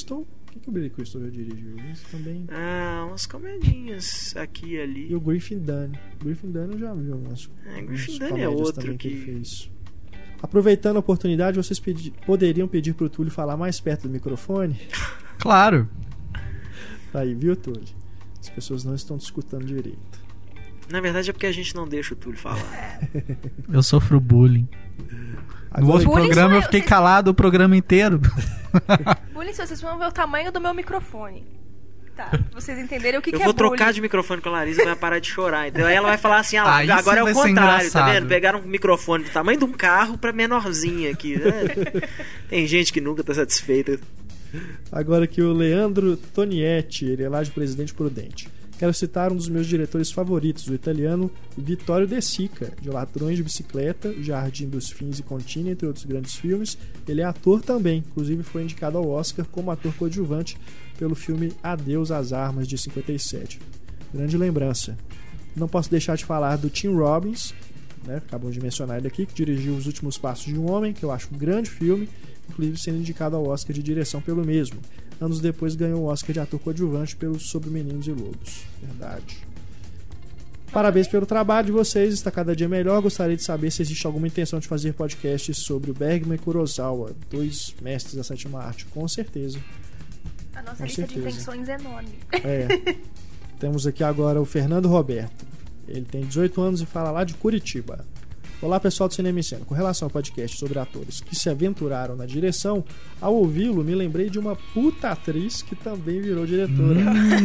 O que, que o Billy Crystal já dirigiu? Isso também. Ah, umas comedinhas aqui e ali. E o Griffin Dunne. O Griffin Dunne eu já vi umas. É, Griffin umas Dunne é comédias outro também que... que ele fez. Aproveitando a oportunidade, vocês pedi- poderiam pedir pro Túlio falar mais perto do microfone? Claro. Tá aí, viu, Túlio? As pessoas não estão te escutando direito. Na verdade é porque a gente não deixa o Túlio falar. Eu sofro bullying. No Agora, outro Bullying programa sou eu eu, fiquei vocês- calado o programa inteiro. Bullying, se vocês vão ver o tamanho do meu microfone. Tá, pra vocês entenderem o que, Eu que vou é bullying. trocar de microfone com a Larissa e vai parar de chorar. Então aí ela vai falar assim: ah, Aí agora sim é o vai ser contrário, tá engraçado. vendo? Pegaram um microfone do tamanho de um carro pra menorzinha aqui. Né? Tem gente que nunca tá satisfeita. agora aqui o Leandro Tonietti, ele é lá de Presidente Prudente. Quero citar um dos meus diretores favoritos, o italiano Vittorio De Sica, de Ladrões de Bicicleta, Jardim dos Fins e Contini, entre outros grandes filmes. Ele é ator também, inclusive foi indicado ao Oscar como ator coadjuvante pelo filme Adeus às Armas, de cinquenta e sete. Grande lembrança. Não posso deixar de falar do Tim Robbins, né, acabamos de mencionar ele aqui, que dirigiu Os Últimos Passos de um Homem, que eu acho um grande filme, inclusive sendo indicado ao Oscar de direção pelo mesmo. Anos depois ganhou o Oscar de ator coadjuvante pelo Sobre Meninos e Lobos. Verdade. Parabéns pelo trabalho de vocês, está cada dia melhor. Gostaria de saber se existe alguma intenção de fazer podcasts sobre o Bergman e Kurosawa, dois mestres da sétima arte. Com certeza. A nossa Com lista certeza. de intenções é enorme. É. Temos aqui agora o Fernando Roberto. Ele tem dezoito anos e fala lá de Curitiba. Olá, pessoal do Cinema em Cena. Com relação ao podcast sobre atores que se aventuraram na direção, ao ouvi-lo me lembrei de uma puta atriz que também virou diretora.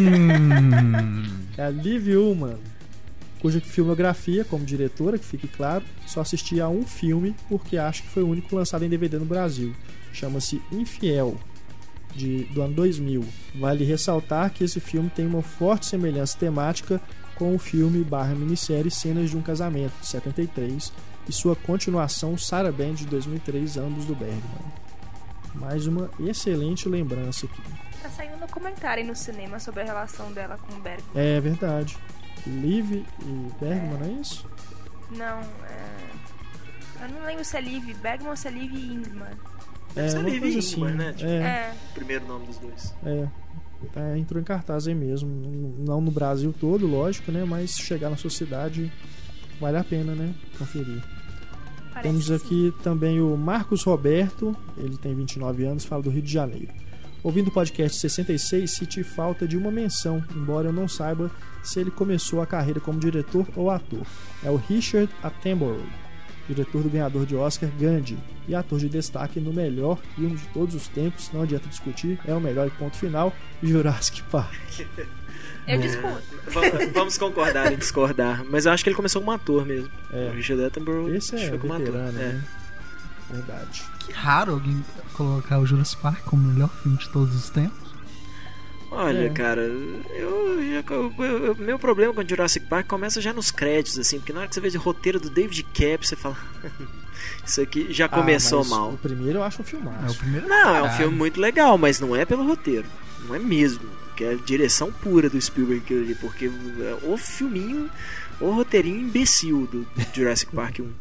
Hum. É a Liv Ullmann, cuja filmografia como diretora, que fique claro, só assisti a um filme porque acho que foi o único lançado em D V D no Brasil. Chama-se Infiel, de, do ano dois mil. Vale ressaltar que esse filme tem uma forte semelhança temática com o filme barra minissérie Cenas de um Casamento, de setenta e três, e sua continuação Sarah Band, de dois mil e três, ambos do Bergman. Mais uma excelente lembrança aqui. Tá saindo um documentário no cinema sobre a relação dela com o Bergman. É verdade. Liv e Bergman, não é isso? Não, é... Eu não lembro se é Liv Bergman ou se é Liv Ingman. Deve ser uma Liv coisa Ingman, assim. né? Tipo, É, É. o primeiro nome dos dois. é. Tá, entrou em cartaz aí mesmo. Não no Brasil todo, lógico, né? Mas chegar na sociedade vale a pena, né? Conferir. Parece Temos sim. aqui também o Marcos Roberto, ele tem vinte e nove anos, fala do Rio de Janeiro. Ouvindo o podcast sessenta e seis, senti falta de uma menção, embora eu não saiba se ele começou a carreira como diretor ou ator. É o Richard Attenborough, diretor do ganhador de Oscar Gandhi e ator de destaque no melhor filme de todos os tempos, não adianta discutir, é o melhor e ponto final, Jurassic Park. Eu discuto. Va- Vamos concordar em discordar. Mas eu acho que ele começou como ator mesmo. É. O Richard Attenborough Esse é foi como ator. veterano, É. né? Verdade. Que raro alguém colocar o Jurassic Park como o melhor filme de todos os tempos. Olha, É. cara, eu, já- eu- eu- meu problema com Jurassic Park começa já nos créditos, assim, porque na hora que você vê o roteiro do David Koepp, você fala, isso aqui já começou Ah, mas mal. O primeiro eu acho um É o filmaço. primeiro. Não, é um Caralho. filme muito legal, mas não é pelo roteiro, não é mesmo, que é a direção pura do Spielberg aquilo ali, porque é o filminho, o roteirinho imbecil do Jurassic Park um.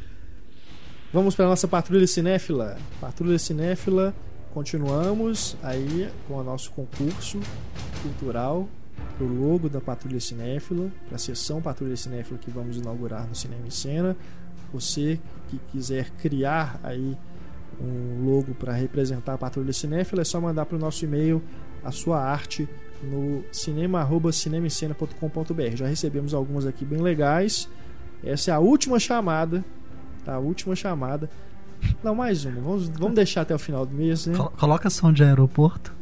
Vamos para nossa patrulha cinéfila. Patrulha cinéfila, continuamos aí com o nosso concurso cultural, o logo da Patrulha Cinéfila, para a sessão Patrulha Cinéfila que vamos inaugurar no Cinema em Cena. Você que quiser criar aí um logo para representar a Patrulha Cinéfila, é só mandar para o nosso e-mail a sua arte no cinema arroba cinemacena ponto com ponto b r. Já recebemos algumas aqui bem legais. Essa é a última chamada. Tá, a última chamada. Não, mais uma. Vamos, vamos deixar até o final do mês, né? Colo- Coloca som de aeroporto.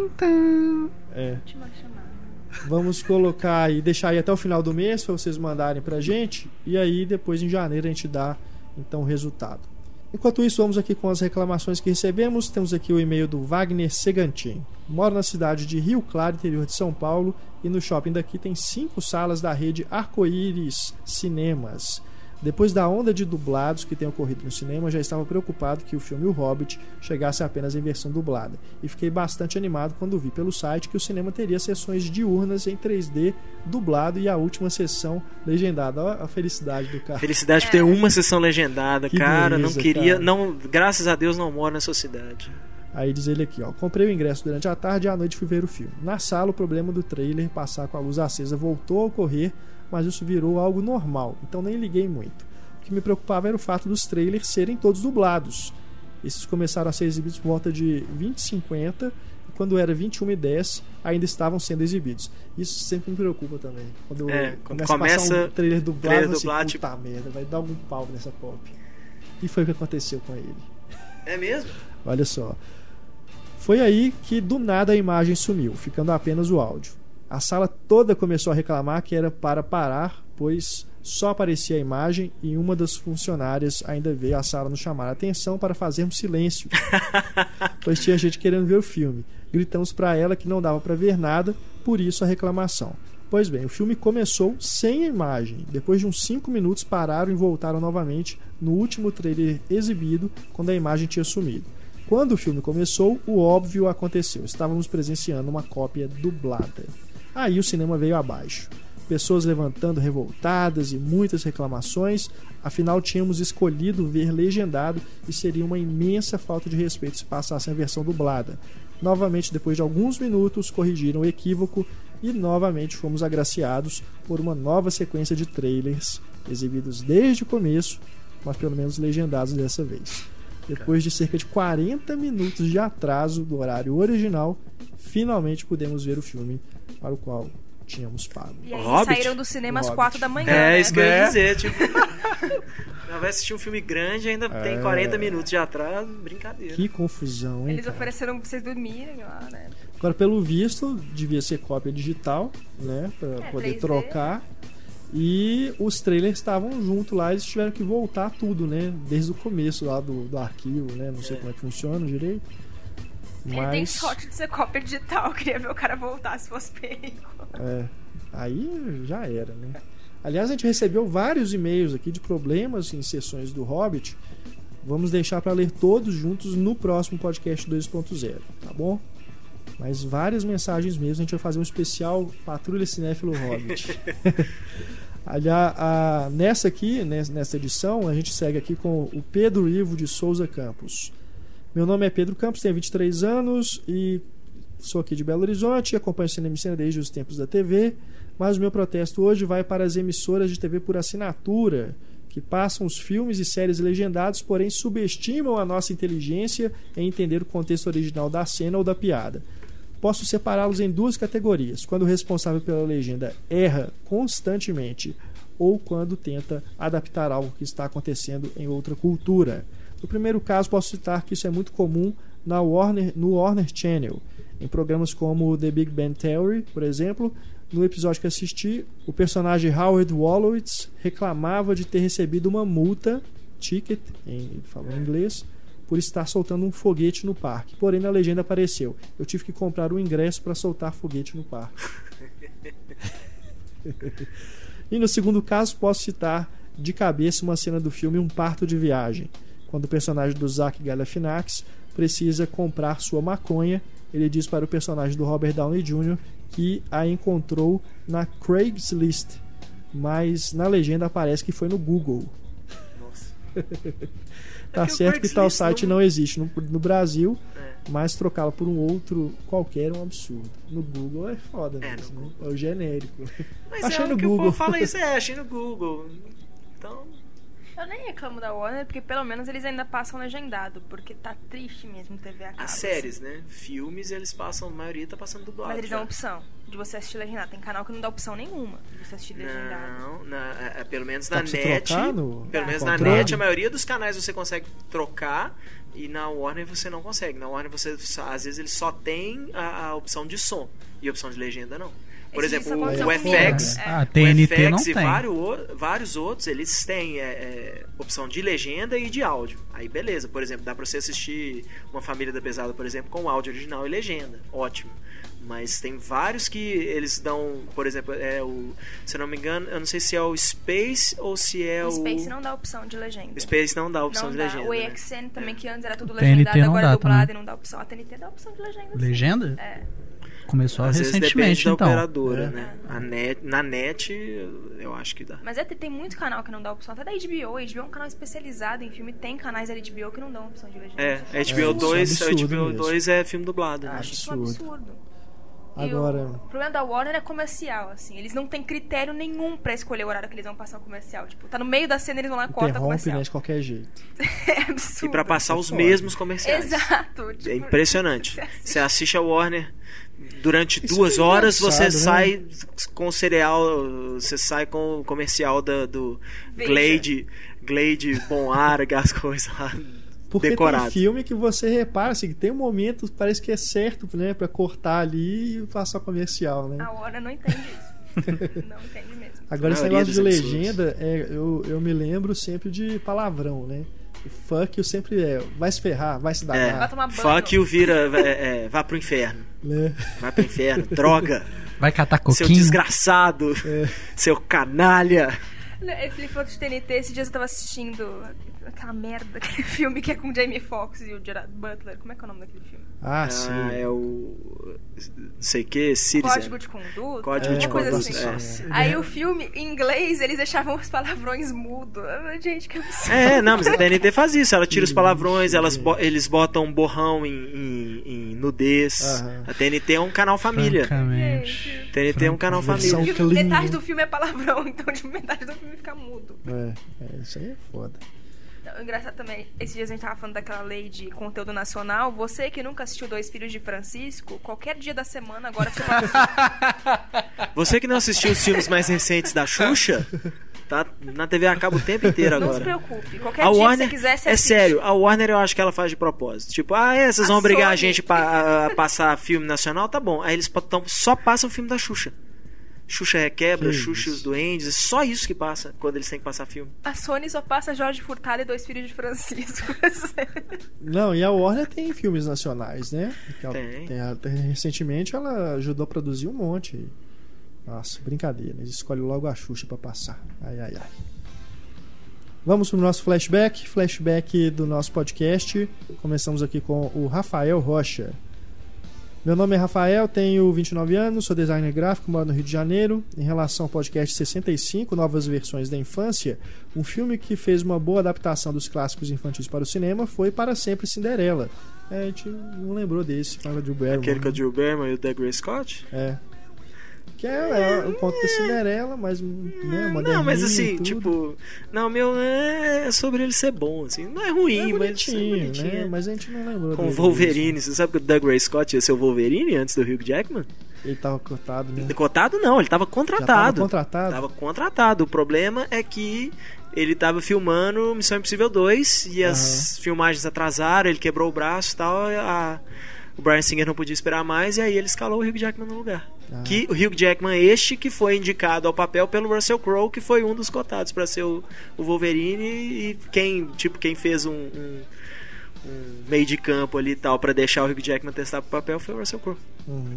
É. Última chamada. Vamos colocar e deixar aí até o final do mês para vocês mandarem pra gente. E aí depois em janeiro a gente dá então o resultado. Enquanto isso, vamos aqui com as reclamações que recebemos. Temos aqui o e-mail do Wagner Segantin. Moro na cidade de Rio Claro, interior de São Paulo, e no shopping daqui tem cinco salas da rede Arco-Íris Cinemas. Depois da onda de dublados que tem ocorrido no cinema, já estava preocupado que o filme O Hobbit chegasse apenas em versão dublada. E fiquei bastante animado quando vi pelo site que o cinema teria sessões diurnas em três D dublado e a última sessão legendada. Olha a felicidade do cara. Felicidade por ter uma sessão legendada, Que cara, beleza, não queria, cara. não, graças a Deus não moro nessa cidade. Aí diz ele aqui, ó, comprei o ingresso durante a tarde e à noite fui ver o filme. Na sala, o problema do trailer passar com a luz acesa voltou a ocorrer, mas isso virou algo normal, então nem liguei muito. O que me preocupava era o fato dos trailers serem todos dublados. Esses começaram a ser exibidos por volta de vinte e cinquenta, e quando era vinte e uma e dez ainda estavam sendo exibidos. Isso sempre me preocupa também. Quando, é, quando começa, começa a passar um trailer dublado, trailer assim, dublado, puta tipo... merda, vai dar algum pau nessa pop. E foi o que aconteceu com ele. É mesmo? Olha só. Foi aí que do nada a imagem sumiu, ficando apenas o áudio. A sala toda começou a reclamar que era para parar, pois só aparecia a imagem e uma das funcionárias ainda veio à sala nos chamar a atenção para fazermos silêncio, pois tinha gente querendo ver o filme. Gritamos para ela que não dava para ver nada, por isso a reclamação. Pois bem, o filme começou sem a imagem. Depois de uns cinco minutos pararam e voltaram novamente no último trailer exibido, quando a imagem tinha sumido. Quando o filme começou, o óbvio aconteceu. Estávamos presenciando uma cópia dublada. Aí o cinema veio abaixo. Pessoas levantando revoltadas e muitas reclamações. Afinal, tínhamos escolhido ver legendado e seria uma imensa falta de respeito se passassem a versão dublada. Novamente, depois de alguns minutos, corrigiram o equívoco e novamente fomos agraciados por uma nova sequência de trailers exibidos desde o começo, mas pelo menos legendados dessa vez. Depois de cerca de quarenta minutos de atraso do horário original, finalmente pudemos ver o filme para o qual tínhamos pago. E aí Hobbit? saíram do cinema às Hobbit. quatro da manhã. É, né? isso que eu ia Né? dizer. Tipo, vai assistir um filme grande ainda É. tem quarenta minutos de atraso. Brincadeira. Que confusão, hein, Eles cara? ofereceram pra vocês dormirem lá, né? Agora, pelo visto, devia ser cópia digital, né? Pra É, poder três D. trocar. E os trailers estavam junto lá, eles tiveram que voltar tudo, né? Desde o começo lá do, do arquivo, né? Não sei É. como é que funciona direito. Ele tem Mas. sorte de ser cópia digital. Eu queria ver o cara voltar se fosse perigo. É, aí já era, né? Aliás, a gente recebeu vários e-mails aqui de problemas em sessões do Hobbit. Vamos deixar para ler todos juntos no próximo podcast dois ponto zero, tá bom? Mas várias mensagens mesmo. A gente vai fazer um especial Patrulha Cinéfilo Hobbit. Aliás, a, nessa aqui, nessa edição, a gente segue aqui com o Pedro Ivo de Souza Campos. Meu nome é Pedro Campos, tenho vinte e três anos e sou aqui de Belo Horizonte, acompanho o Cinema em Cena desde os tempos da T V, mas o meu protesto hoje vai para as emissoras de T V por assinatura, que passam os filmes e séries legendados, porém subestimam a nossa inteligência em entender o contexto original da cena ou da piada. Posso separá-los em duas categorias: quando o responsável pela legenda erra constantemente ou quando tenta adaptar algo que está acontecendo em outra cultura. No primeiro caso, posso citar que isso é muito comum na Warner, no Warner Channel, em programas como The Big Bang Theory, por exemplo. No episódio que assisti, o personagem Howard Wolowitz reclamava de ter recebido uma multa, ticket, em, falando em inglês, por estar soltando um foguete no parque. Porém, na legenda apareceu: eu tive que comprar um ingresso para soltar foguete no parque. E no segundo caso, posso citar de cabeça uma cena do filme Um Parto de Viagem, quando o personagem do Zach Galifianakis precisa comprar sua maconha. Ele diz para o personagem do Robert Downey júnior que a encontrou na Craigslist, mas na legenda aparece que foi no Google. Nossa. Tá É que o certo que tal Craigslist site não- não existe no, no Brasil, É. mas trocá-lo por um outro qualquer é um absurdo. No Google é foda É, mesmo, no né? É o genérico. Mas Achei é no o que o Google. povo fala isso, é, achei no Google. Então, Eu nem reclamo da Warner, porque pelo menos eles ainda passam legendado, porque tá triste mesmo T V a cabo. as séries, né? Filmes, eles passam, a maioria tá passando dublado. Mas eles já. dão opção de você assistir legendado. Tem canal que não dá opção nenhuma de você assistir legendado. Não, na, é, é, pelo menos Dá na pra você net. trocar no Pelo menos na controle? net, a maioria dos canais você consegue trocar. E na Warner você não consegue. Na Warner você, às vezes, ele só tem a, a opção de som e a opção de legenda não. Por Esse exemplo, só o, aconteceu o comigo. F X, É. Ah, T N T o não F X e tem. vários, o- vários outros, eles têm é, é, opção de legenda e de áudio. Aí beleza, por exemplo, dá pra você assistir Uma Família da Pesada, por exemplo, com áudio original e legenda. Ótimo. Mas tem vários que eles dão, por exemplo, é o, se eu não me engano, eu não sei se é o Space ou se é O o... Space não dá opção de legenda. O Space não dá opção Não de dá. legenda. O né? A X N também, É. que antes era tudo T N T legendado, não agora dá é dublado também. e não dá opção. A T N T dá opção de legenda. sim. Legenda? É. Começou Às vezes recentemente, depende da então. operadora, É. né? A net, na net, eu acho que dá. Mas é, tem muito canal que não dá opção. Até da H B O. A H B O é um canal especializado em filme. Tem canais da H B O que não dão opção de legenda. É, Isso H B O isso é dois, absurdo H B O mesmo. dois é filme dublado, né? Acho isso um absurdo. absurdo. Agora- E o problema da Warner é comercial, assim. Eles não têm critério nenhum pra escolher o horário que eles vão passar o comercial. Tipo, tá no meio da cena, eles vão lá e cortam o Interrompe, comercial. né, de qualquer jeito. É absurdo. E pra passar os foda. mesmos comerciais. Exato. Tipo, É impressionante. você assiste- Você assiste a Warner durante Isso duas é horas, você engraçado, sai com o cereal, você sai com o comercial da, do Veja. Glade, Glade Bom Ar, aquelas coisas lá Porque decoradas. tem filme que você repara, assim, que tem um momento, parece que é certo, né, pra cortar ali e passar comercial, né? A Warner não entende isso. Não entende mesmo. Agora, esse maioria negócio de dos absurdos. legenda, é, eu, eu me lembro sempre de palavrão, né? O fuck eu sempre é, vai se ferrar, vai se Vai danar, tomar banho. Fuck you vira, é, é, vá pro inferno. né? Vai pro inferno, droga, Vai catar seu coquinho. desgraçado, É. seu canalha. Ele falou de T N T, esses dias eu tava assistindo aquela merda, aquele filme que é com Jamie Foxx e o Gerard Butler. Como é que é o nome daquele filme? Ah, sim. Ah, é o. Não sei o que, Citizen. Código de Conduta? Código É, de alguma coisa Conduta. assim. é. Aí o filme, em inglês, eles deixavam os palavrões mudos. Ah, gente, que absurdo. É, não, mas a T N T faz isso. Ela tira os palavrões, elas bo- eles botam borrão em, em- em nudez. Aham. A T N T é um canal família. Francamente. A T N T é um canal Versão família. E clean, metade né? do filme é palavrão, então de metade do filme fica mudo. É, é, isso aí é foda. Não, engraçado também, esses dias a gente tava falando daquela lei de conteúdo nacional. Você que nunca assistiu Dois Filhos de Francisco, qualquer dia da semana agora você pode assistir. Você que não assistiu os filmes mais recentes da Xuxa, tá na T V a cabo o tempo inteiro Não se agora. preocupe. Qualquer A dia Warner, que você quiser, você é assiste. sério, a Warner eu acho que ela faz de propósito. Tipo, ah, é, vocês A vão obrigar a Sony. gente pa- a, a passar filme nacional? Tá bom. Aí eles pa- tão- só passam filme da Xuxa. Xuxa Requebra, Que Xuxa e os isso. Duendes, é só isso que passa quando eles têm que passar filme. A Sony só passa Jorge Furtado e Dois Filhos de Francisco. Não, e a Warner tem filmes nacionais, né? Que ela- Tem. tem a- tem- recentemente ela ajudou a produzir um monte. Nossa, brincadeira. Eles escolhem logo a Xuxa pra passar. Ai, ai, ai. Vamos pro nosso flashback. Flashback do nosso podcast. Começamos aqui com o Rafael Rocha. Meu nome é Rafael, tenho vinte e nove anos, sou designer gráfico, moro no Rio de Janeiro. Em relação ao podcast sessenta e cinco, Novas Versões da Infância, um filme que fez uma boa adaptação dos clássicos infantis para o cinema foi Para Sempre Cinderela. É, a gente não lembrou desse, fala de Drew Aquele com a Barrymore. Drew Barrymore e o Doug Scott? É. Que é, é o conto da Cinderela, mas né, moderninho Não, mas e assim, tudo. tipo, não, meu é sobre ele ser bom, assim, não é ruim, é mas é bonitinho, bonitinho. né? Mas a gente não lembrou Com o dele Wolverine, mesmo. você sabe que o Doug Ray Scott ia ser o Wolverine antes do Hugh Jackman? Ele tava cortado, né? Cotado não, ele tava Já tava contratado. contratado. Tava contratado. O problema é que ele tava filmando Missão Impossível dois e as filmagens atrasaram, ele quebrou o braço e tal. A, o Bryan Singer não podia esperar mais e aí ele escalou o Hugh Jackman no lugar. Ah. Que o Hugh Jackman este que foi indicado ao papel pelo Russell Crowe, que foi um dos cotados para ser o, o Wolverine e quem, tipo, quem fez um, um, um meio de campo ali e tal para deixar o Hugh Jackman testar pro papel foi o Russell Crowe. Uhum.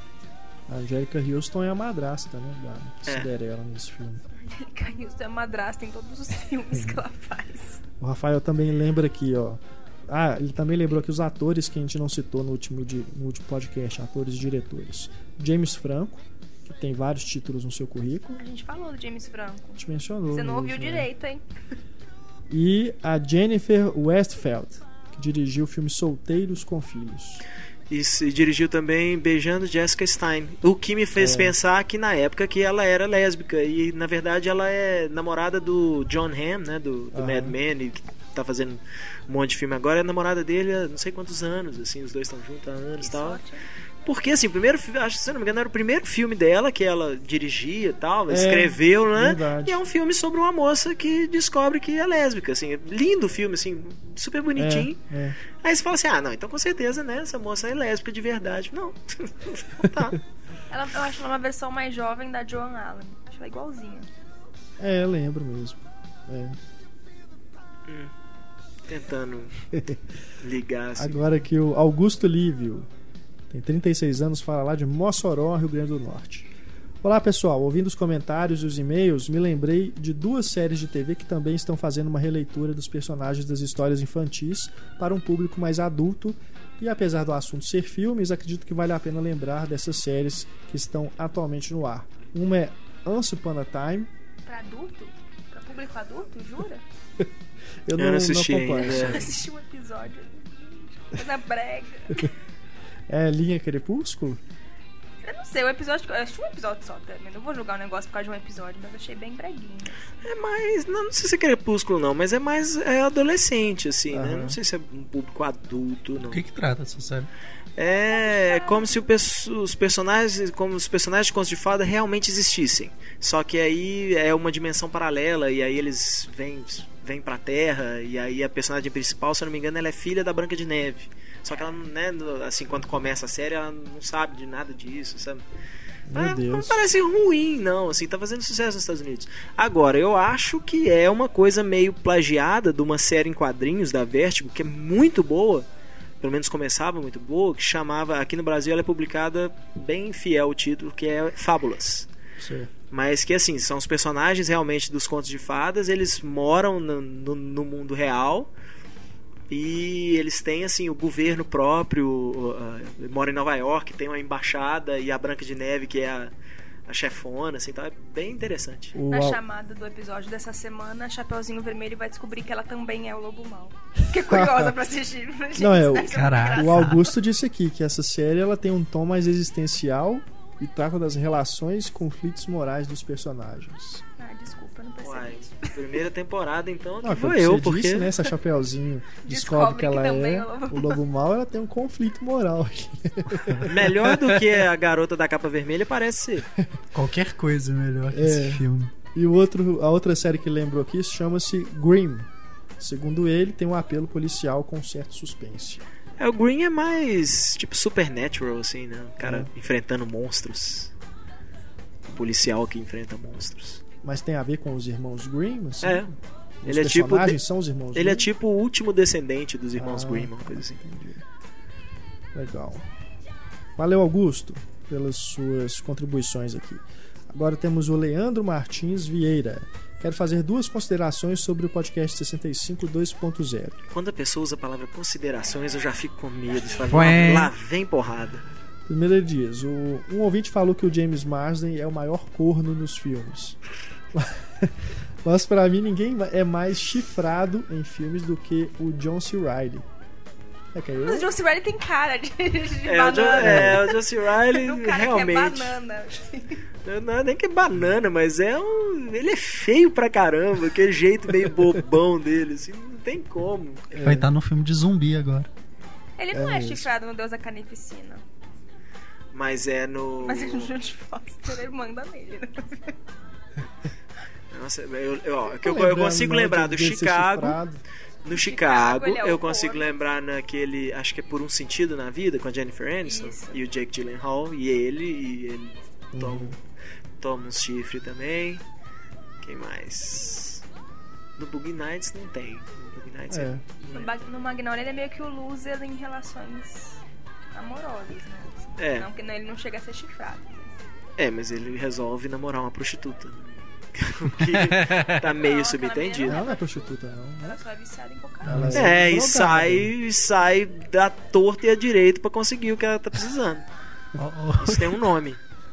A Angélica Houston é a madrasta, né? Da É. Cinderela nesse filme. Angélica Houston é madrasta em todos os filmes que ela faz. O Rafael também lembra aqui, ó. Ah, ele também lembrou que os atores que a gente não citou no último, de, no último podcast, atores e diretores. James Franco, que tem vários títulos no seu currículo. A gente falou do James Franco. A gente mencionou. Você não mesmo, ouviu né? direito, hein? E a Jennifer Westfeld, que dirigiu o filme Solteiros com Filhos. E se dirigiu também Beijando Jessica Stein. O que me fez É. pensar que na época que ela era lésbica. E na verdade ela é namorada do John Hamm, né? Do, do Aham. Mad Men, e que tá fazendo um monte de filme agora. É namorada dele há não sei quantos anos, assim, os dois estão juntos há anos e tal. Sorte. Porque assim, o primeiro fi- acho que se eu não me engano, era o primeiro filme dela que ela dirigia e tal, É, escreveu, né? verdade. E é um filme sobre uma moça que descobre que é lésbica, assim, lindo filme, assim, super bonitinho. É, é. Aí você fala assim, ah, não, então com certeza, né, essa moça é lésbica de verdade. Não, não tá. Ela, eu acho ela uma versão mais jovem da Joan Allen. Acho ela igualzinha. É, eu lembro mesmo. É. Tentando ligar, assim. Agora que o Augusto Lívio tem trinta e seis anos, fala lá de Mossoró, Rio Grande do Norte. Olá pessoal, ouvindo os comentários e os e-mails, me lembrei de duas séries de T V que também estão fazendo uma releitura dos personagens das histórias infantis para um público mais adulto, e apesar do assunto ser filmes, acredito que vale a pena lembrar dessas séries que estão atualmente no ar. Uma é Once Upon a Time. Pra adulto? Pra público adulto, jura? Eu não, Eu não assisti não acompanho. ainda. Eu assisti um episódio. Coisa brega. É Linha Crepúsculo? Eu não sei, o episódio. Eu assisti um episódio só também. Não vou julgar o negócio por causa de um episódio, mas eu achei bem breguinho. É mais. Não, não sei se é crepúsculo, não, mas é mais é adolescente, assim, né? Aham. Não sei se é um público adulto, não. O que que trata essa série? É como se o perso- os personagens, como os personagens de Contos de Fada realmente existissem. Só que aí é uma dimensão paralela e aí eles vêm, vêm pra Terra e aí a personagem principal, se eu não me engano, ela é filha da Branca de Neve. Só que ela, né, assim, quando começa a série, ela não sabe de nada disso, sabe? Meu Ah, Deus. não parece ruim, não, assim, tá fazendo sucesso nos Estados Unidos. Agora, eu acho que é uma coisa meio plagiada de uma série em quadrinhos da Vertigo, que é muito boa, pelo menos começava muito boa, que chamava, aqui no Brasil ela é publicada bem fiel o título, que é Fábulas. Certo. Mas que, assim, são os personagens realmente dos contos de fadas, eles moram no, no, no mundo real e eles têm, assim, o governo próprio, uh, mora em Nova York, tem uma embaixada e a Branca de Neve, que é a, a chefona, assim, então é bem interessante. O Na Al- chamada do episódio dessa semana, Chapeuzinho Vermelho vai descobrir que ela também é o Lobo Mau. Fiquei curiosa pra assistir. Gente, Não, é o- deve ser Caralho. muito O engraçado. Augusto disse aqui que essa série ela tem um tom mais existencial e trata das relações e conflitos morais dos personagens. Ah, desculpa, eu não percebi Uai, isso. primeira temporada, então, Não, que foi vou o que eu, você porque... disse, né? Essa Chapeuzinho descobre, Descobre que ela que também é é o lobo o lobo mau, ela tem um conflito moral aqui. Melhor do que a garota da capa vermelha parece ser. Qualquer coisa melhor que É. esse filme. E o outro, a outra série que lembrou aqui chama-se Grimm. Segundo ele, tem um apelo policial com certo suspense. É, o Green é mais tipo Supernatural, assim, né? O cara É. enfrentando monstros. Um policial que enfrenta monstros. Mas tem a ver com os irmãos Grimm? Assim? É. Os Ele é tipo personagens de- são os irmãos Ele Grimm? é tipo o último descendente dos irmãos Ah, Grimm, uma coisa assim. Entendi. Legal. Valeu, Augusto, pelas suas contribuições aqui. Agora temos o Leandro Martins Vieira. Quero fazer duas considerações sobre o podcast sessenta e cinco dois ponto zero. Quando a pessoa usa a palavra considerações, eu já fico com medo. Você fala, Ué. lá vem porrada. Primeiro ele diz, o, um ouvinte falou que o James Marsden é o maior corno nos filmes. Mas pra mim ninguém é mais chifrado em filmes do que o John C. Reilly. É que eu... Mas o John C. Reilly tem cara de, de É, o, Jo- banana. é, o John C. Reilly, Do cara realmente. que é banana. Não é nem que é banana, mas é um. Ele é feio pra caramba, aquele jeito meio bobão dele, assim, não tem como. Vai estar no filme de zumbi agora. Ele não É é, mesmo. chifrado no Deus da Carnificina. Mas é no. Mas o Jude Foster, ele manda nele. Né? Nossa, eu, eu, ó, que Tô eu, eu lembrando, consigo não, lembrar de- do de ser Chicago. chifrado. No Chicago, Chicago, ele é o eu consigo corno. lembrar naquele. Acho que é Por um Sentido na Vida, com a Jennifer Aniston Isso. e o Jake Gyllenhaal, e ele, e ele toma, Uhum. toma uns chifres também. Quem mais? No Boogie Nights não tem. No Boogie Nights É. é. No, Bag- no Magnolia, ele é meio que o loser em relações amorosas, né? É. Não, que não- ele não chega a ser chifrado. É, mas ele resolve namorar uma prostituta. O que tá meio Não, aquela subentendido. Ela não é prostituta, não. Ela só é viciada em cocaína. Ela É, e drogada. sai, e sai da torta e a direito pra conseguir o que ela tá precisando. Ó, ó. Isso tem um nome.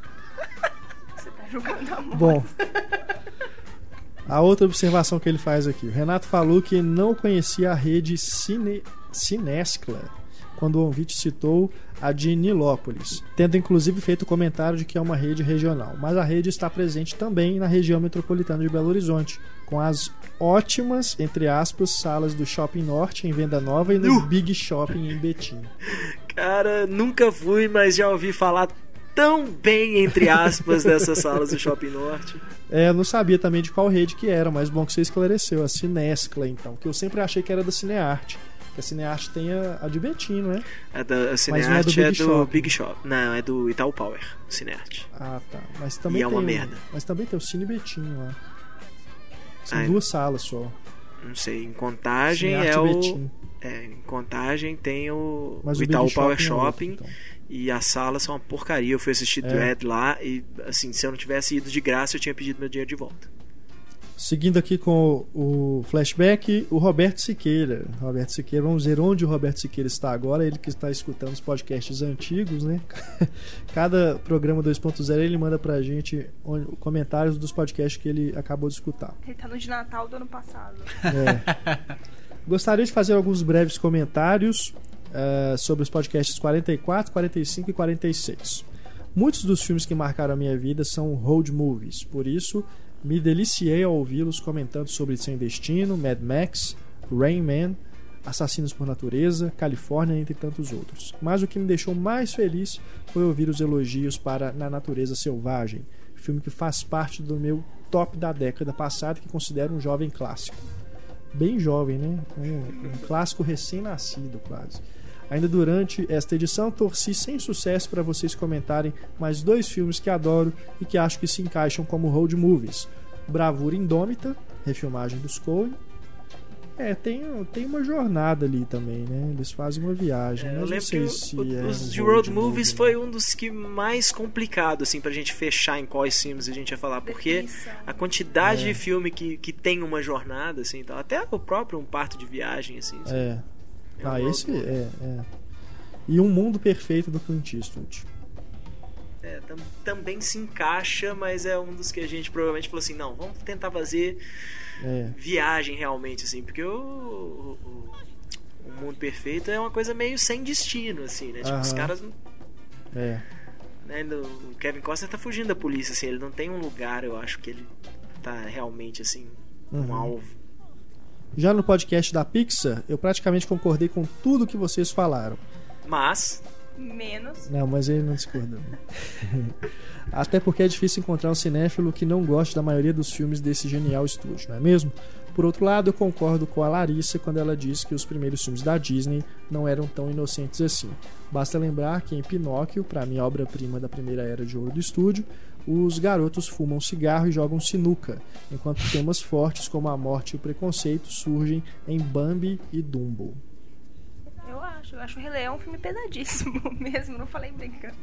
Você tá julgando a moça. Bom, a outra observação que ele faz aqui. O Renato falou que não conhecia a rede Cine, Cinescla quando o ouvinte citou a de Nilópolis, tendo inclusive feito o comentário de que é uma rede regional. Mas a rede está presente também na região metropolitana de Belo Horizonte, com as ótimas, entre aspas, salas do Shopping Norte em Venda Nova e no Uh! Big Shopping em Betim. Cara, nunca fui, mas já ouvi falar tão bem, entre aspas, dessas salas do Shopping Norte. É, eu não sabia também de qual rede que era, mas bom que você esclareceu, a Cinescla então, que eu sempre achei que era da Cinearte. Que a Cinearte tem a, a de Betim, não é? A, da, a não é do Cinearte Big é do Shop. Big Shop. Não, é do Itaú Power, Cinearte. Ah, tá. Mas também E é tem uma o- merda. Mas também tem o Cine Betim lá. São Ah, é. duas salas só. Não sei, em Contagem Cinearte é o... Betim. É, em Contagem tem o, Mas o o Itaú Big Power Shopping é outro, Shopping então. E as salas são uma porcaria. Eu fui assistir É. Dread lá e, assim, se eu não tivesse ido de graça, eu tinha pedido meu dinheiro de volta. Seguindo aqui com o flashback, o Roberto Siqueira. Roberto Siqueira, vamos ver onde o Roberto Siqueira está agora. Ele que está escutando os podcasts antigos, né? Cada programa dois ponto zero ele manda pra gente comentários dos podcasts que ele acabou de escutar. Ele tá no de Natal do ano passado. É. Gostaria de fazer alguns breves comentários uh, sobre os podcasts quarenta e quatro, quarenta e cinco e quarenta e seis. Muitos dos filmes que marcaram a minha vida são road movies, por isso me deliciei ao ouvi-los comentando sobre Sem Destino, Mad Max, Rain Man, Assassinos por Natureza, Califórnia, entre tantos outros. Mas o que me deixou mais feliz foi ouvir os elogios para Na Natureza Selvagem, filme que faz parte do meu top da década passada, que considero um jovem clássico. Bem jovem, né? Um, um clássico recém-nascido, quase. Ainda durante esta edição, torci sem sucesso para vocês comentarem mais dois filmes que adoro e que acho que se encaixam como road movies. Bravura Indômita, refilmagem dos Coen. É, tem, tem uma jornada ali também, né? Eles fazem uma viagem. É, mas eu não lembro sei que se o, é os um de road road movie, movies né? foi um dos que mais complicado, assim, pra gente fechar em quais filmes a gente ia falar. Porque Definição. a quantidade É. de filme que, que tem uma jornada, assim, então, até o próprio Um Parto de Viagem, assim. assim, É. é um Ah, road esse movie. é, é. E Um Mundo Perfeito do Clint Eastwood. É, tam- também se encaixa, mas é um dos que a gente provavelmente falou assim, não, vamos tentar fazer É. viagem realmente, assim, porque o, o, o- o Mundo Perfeito é uma coisa meio sem destino, assim, né? Tipo, os Aham. caras, É. né, no- o Kevin Costner tá fugindo da polícia, assim, ele não tem um lugar, eu acho, que ele tá realmente, assim, um Uhum. alvo. Já no podcast da Pixar, eu praticamente concordei com tudo que vocês falaram. Mas, Menos. Não, mas ele não discorda. Até porque é difícil encontrar um cinéfilo que não goste da maioria dos filmes desse genial estúdio, não é mesmo? Por outro lado, eu concordo com a Larissa quando ela diz que os primeiros filmes da Disney não eram tão inocentes assim. Basta lembrar que em Pinóquio, para mim obra-prima da primeira era de ouro do estúdio, os garotos fumam cigarro e jogam sinuca, enquanto temas fortes como a morte e o preconceito surgem em Bambi e Dumbo. Eu acho. Eu acho o Rei Leão um filme pesadíssimo mesmo. Não falei brincando.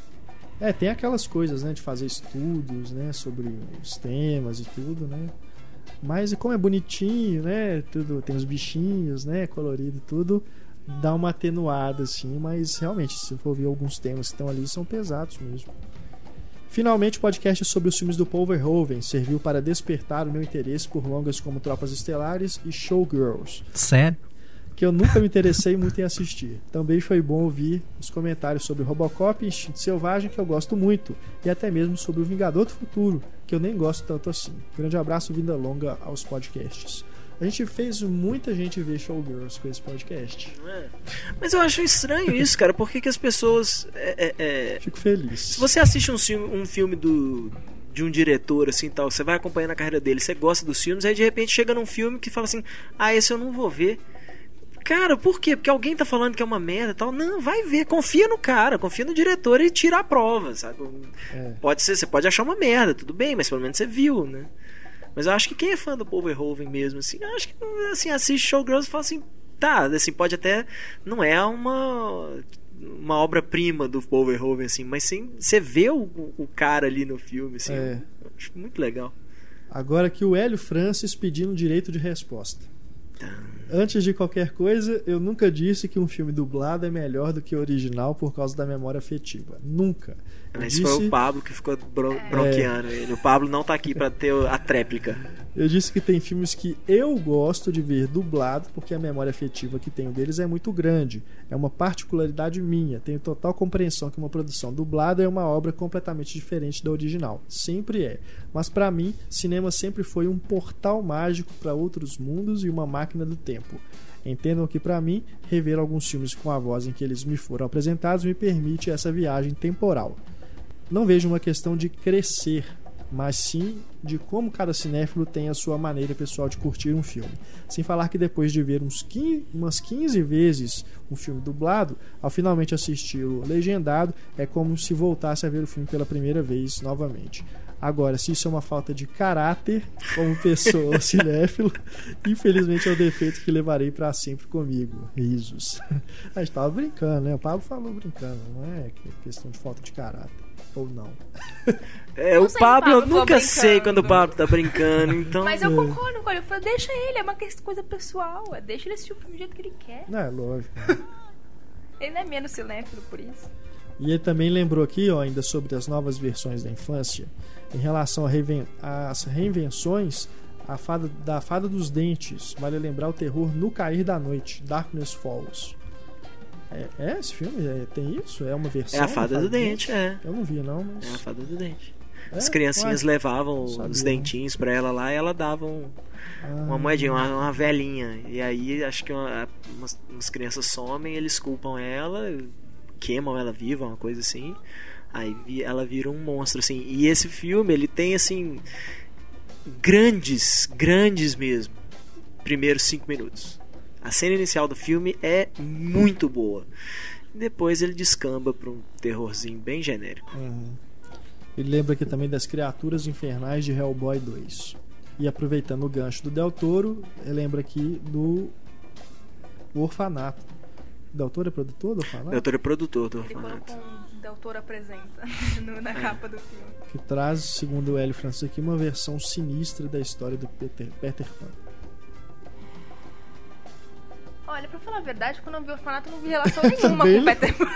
É, tem aquelas coisas, né, de fazer estudos, né, sobre os temas e tudo, né? Mas como é bonitinho, né, tudo, tem os bichinhos, né, colorido e tudo, dá uma atenuada assim, mas realmente, se for ver alguns temas que estão ali, são pesados mesmo. Finalmente, o podcast sobre os filmes do Paul Verhoeven serviu para despertar o meu interesse por longas como Tropas Estelares e Showgirls, Sério? que eu nunca me interessei muito em assistir. Também foi bom ouvir os comentários sobre Robocop e Instinto Selvagem, que eu gosto muito, e até mesmo sobre o Vingador do Futuro, que eu nem gosto tanto assim. Grande abraço, vida longa aos podcasts. A gente fez muita gente ver Showgirls com esse podcast. não é? Mas eu acho estranho isso, cara, porque que as pessoas... é, é, é, Fico feliz. Se você assiste um filme, um filme do, de um diretor, assim, tal, você vai acompanhando a carreira dele, você gosta dos filmes, aí de repente chega num filme que fala assim, ah, esse eu não vou ver. Cara, por quê? Porque alguém tá falando que é uma merda e tal. Não, vai ver, confia no cara, confia no diretor e tira a prova, sabe? É. Pode ser, você pode achar uma merda, tudo bem, mas pelo menos você viu, né? Mas eu acho que quem é fã do Paul Verhoeven mesmo, assim, eu acho que assim, assiste Showgirls e fala assim, tá, assim, pode até. Não é uma. Uma obra-prima do Paul Verhoeven, assim, mas sim, você vê o, o cara ali no filme, assim, É. eu acho muito legal. Agora que o Hélio Francis pedindo direito de resposta. Antes de qualquer coisa, eu nunca disse que um filme dublado é melhor do que o original por causa da memória afetiva. Nunca. Eu Mas disse, foi o Pablo que ficou bron bronqueando ele. O Pablo não tá aqui pra ter a tréplica. eu disse que tem filmes que eu gosto de ver dublado porque a memória afetiva que tenho deles é muito grande. É uma particularidade minha. Tenho total compreensão que uma produção dublada é uma obra completamente diferente da original. Sempre é. Mas pra mim, cinema sempre foi um portal mágico para outros mundos e uma máquina do tempo. Entendam que pra mim, rever alguns filmes com a voz em que eles me foram apresentados me permite essa viagem temporal. Não vejo uma questão de crescer, mas sim de como cada cinéfilo tem a sua maneira pessoal de curtir um filme. Sem falar que depois de ver uns quinze, umas quinze vezes um filme dublado, ao finalmente assistir o legendado, é como se voltasse a ver o filme pela primeira vez novamente. Agora, se isso é uma falta de caráter como pessoa ou cinéfilo, infelizmente é o defeito que levarei pra sempre comigo. Risos. A gente tava brincando, né? O Pablo falou brincando, não é questão de falta de caráter. Ou não. É, Não o sei Pablo, se o eu Pablo nunca tá sei brincando. quando o Pablo tá brincando, então... Mas eu concordo com ele. Eu falo, deixa ele, é uma que- coisa pessoal. é, Deixa ele assistir o filme do jeito que ele quer. Não, é lógico. Ele não é menos cinéfilo por isso. E ele também lembrou aqui, ó, ainda sobre as novas versões da infância, em relação a reinven- às reinvenções, a fada, da Fada dos Dentes. Vale lembrar o terror No Cair da Noite, Darkness Falls. É, é esse filme? É, tem isso? É uma versão? É a Fada do Dente, é. Eu não vi, não, mas... É a Fada do Dente. É? As criancinhas Ué, levavam sabia, os né? dentinhos pra ela lá e ela dava um- uma Ah, moedinha, uma, uma velhinha. E aí acho que uma- umas, umas crianças somem, eles culpam ela, queimam ela viva, uma coisa assim. Aí vi- ela vira um monstro, assim. E esse filme, ele tem, assim, grandes, grandes mesmo, primeiros cinco minutos. A cena inicial do filme é muito boa. Depois ele descamba pra um terrorzinho bem genérico. Uhum. Ele lembra aqui também das Criaturas Infernais de Hellboy dois. E aproveitando o gancho do Del Toro, ele lembra aqui do o Orfanato. O Del Toro é produtor do Orfanato? O autor é produtor do Ele Orfanato. colocou um Del Toro apresenta no- na capa do filme. Que traz, segundo o Hélio Francisco aqui, uma versão sinistra da história do Peter, Peter Pan. Olha, pra falar a verdade, quando eu vi o orfanato, eu não vi relação nenhuma Também com o Peter Pan.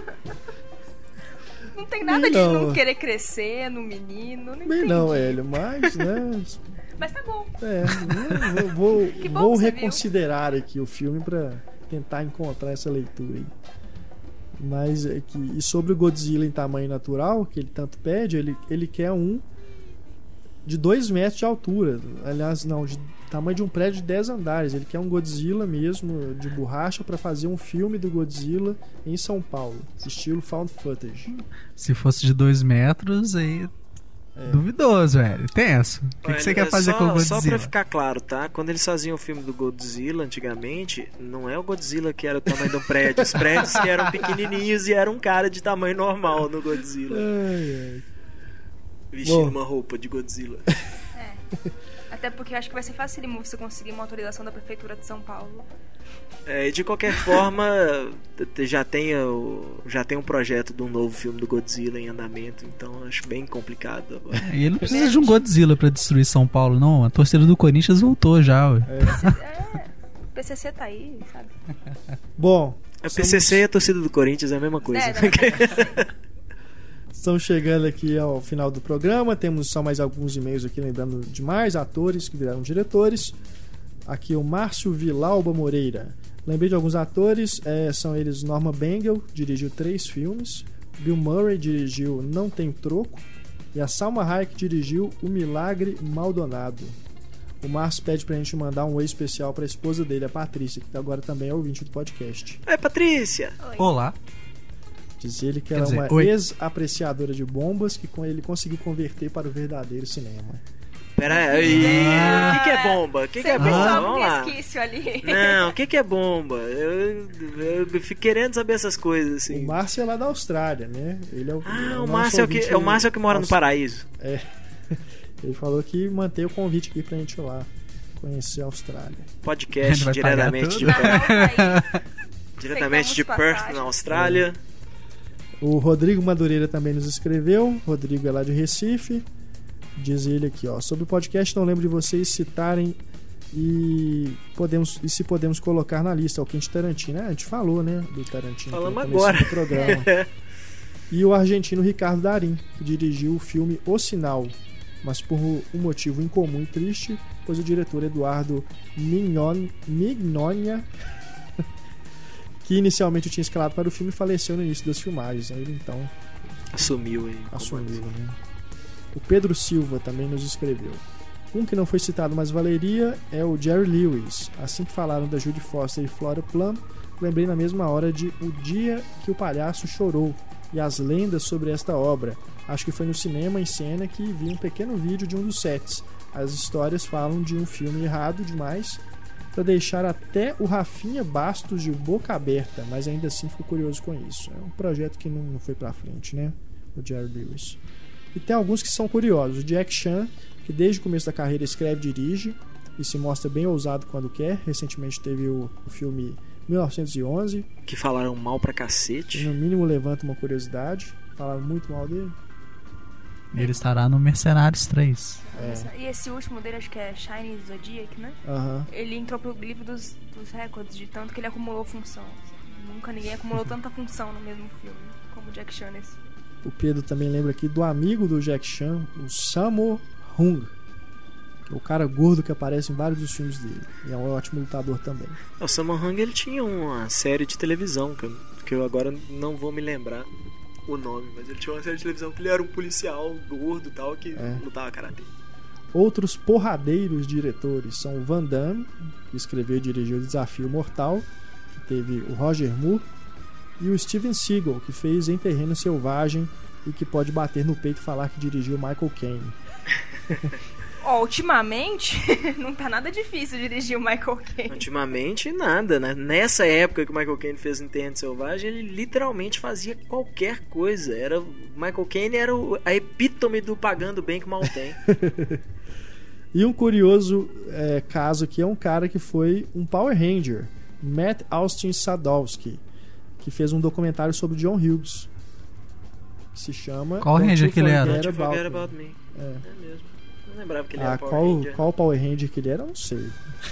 Não tem nada Bem de não. não querer crescer no menino. Não Bem entendi. não, Hélio, mas, né... Mas tá bom. É, eu vou, vou, Que bom vou que você reconsiderar aqui o filme pra tentar encontrar essa leitura aí. Mas é que, e sobre o Godzilla em tamanho natural, que ele tanto pede, ele, ele quer um de dois metros de altura. Aliás, não, de tamanho de um prédio de dez andares. Ele quer um Godzilla mesmo, de borracha, pra fazer um filme do Godzilla em São Paulo, estilo found footage. Se fosse de dois metros, aí. Duvidoso, velho. Tenso. O que, que Olha, você quer fazer só, com o Só Godzilla? pra ficar claro, tá? Quando eles faziam o filme do Godzilla antigamente, não é o Godzilla que era o tamanho do prédio. Os prédios que eram pequenininhos e era um cara de tamanho normal no Godzilla. Ai, ai. Vestindo Bom. uma roupa de Godzilla. É. Até porque eu acho que vai ser facílimo você conseguir uma autorização da Prefeitura de São Paulo. É, e de qualquer forma, já tem, o, já tem um projeto de um novo filme do Godzilla em andamento, então acho bem complicado agora. E ele não precisa de um Godzilla pra destruir São Paulo, não. A torcida do Corinthians voltou já, ué. É, o P C C tá aí, sabe? Bom, A P C C e a torcida do Corinthians é a mesma coisa. É, não, não, não. estamos chegando aqui ao final do programa. Temos só mais alguns e-mails aqui, lembrando de mais atores que viraram diretores. Aqui o Márcio Vilauba Moreira. Lembrei de alguns atores, é, são eles Norma Bengel, dirigiu três filmes. Bill Murray dirigiu Não Tem Troco. E a Salma Hayek dirigiu O Milagre Maldonado. O Márcio pede pra gente mandar um oi especial pra esposa dele, a Patrícia, que agora também é ouvinte do podcast. É, Patrícia! Olá. Diz ele que Quer ela dizer, é uma oi. ex-apreciadora de bombas que com ele conseguiu converter para o verdadeiro cinema. Pera aí, o que, que é bomba? O que, que é Sempre bomba? sobe Vamos um lá. resquício ali. Não, o que, que é bomba? Eu, eu fico querendo saber essas coisas, assim. O Márcio é lá da Austrália, né? Ele é o, Ah, é o nosso Márcio é o que, ouvinte é o Márcio é o que mora no aust- paraíso. É. Ele falou que mantém o convite aqui pra gente ir lá conhecer a Austrália. Podcast Ele vai pagar diretamente de tudo? Perth, diretamente de Aceitamos Perth, passagens. na Austrália. O Rodrigo Madureira também nos escreveu. Rodrigo é lá de Recife. Diz ele aqui, ó. Sobre o podcast, não lembro de vocês citarem e, podemos, e se podemos colocar na lista. É o Quentin Tarantino. É, a gente falou, né? Do Tarantino. Falamos aqui no comecinho agora. do programa. E o argentino Ricardo Darín, que dirigiu o filme O Sinal, mas por um motivo incomum e triste, pois o diretor Eduardo Mignon, Mignonia, que inicialmente tinha escalado para o filme, faleceu no início das filmagens. Aí ele então Assumiu aí. assumiu, né? O Pedro Silva também nos escreveu. Um que não foi citado, mas valeria, é o Jerry Lewis. Assim que falaram da Judy Foster e Flora Plum, lembrei na mesma hora de O Dia que o Palhaço Chorou e as lendas sobre esta obra. Acho que foi no cinema em cena que vi um pequeno vídeo de um dos sets. As histórias falam de um filme errado demais para deixar até o Rafinha Bastos de boca aberta, mas ainda assim fico curioso com isso. É um projeto que não, não foi pra frente, né? O Jerry Lewis. E tem alguns que são curiosos. O Jack Chan, que desde o começo da carreira escreve e dirige, e se mostra bem ousado quando quer. Recentemente teve o, o filme mil novecentos e onze. Que falaram mal pra Que cacete. no mínimo levanta uma curiosidade. Falaram muito mal dele. Ele estará no Mercenários três. E esse último dele, acho que é Shiny Zodiac, né? Aham. Ele entrou pro livro dos, dos recordes de tanto que ele acumulou função. Nunca ninguém acumulou tanta função no mesmo filme como Jack Chan nesse. O Pedro também lembra aqui do amigo do Jack Chan, o Sammo Hung, que é o cara gordo que aparece em vários dos filmes dele. E é um ótimo lutador também. O Sammo Hung, ele tinha uma série de televisão, que eu, que eu agora não vou me lembrar o nome, mas ele tinha uma série de televisão que ele era um policial gordo e tal, que É. lutava karatê. Outros porradeiros diretores são o Van Damme, que escreveu e dirigiu o Desafio Mortal, que teve o Roger Moore, e o Steven Seagal, que fez Em Terreno Selvagem e que pode bater no peito e falar que dirigiu Michael Caine. Ó, ultimamente, não tá nada difícil dirigir o Michael Caine. Ultimamente, nada, né? Nessa época que o Michael Caine fez Em Terreno Selvagem, ele literalmente fazia qualquer coisa. Era, o Michael Caine era o, a epítome do pagando bem que mal tem. E um curioso é, caso aqui é um cara que foi um Power Ranger, Matt Austin Sadowski, que fez um documentário sobre John Hughes, que se chama Qual Don't Ranger You que ele era? Forget Don't you About forget Me. about me. É. É mesmo. Não lembrava que ele Ah, era Power qual, Ranger. qual Power Ranger que ele era, eu não sei.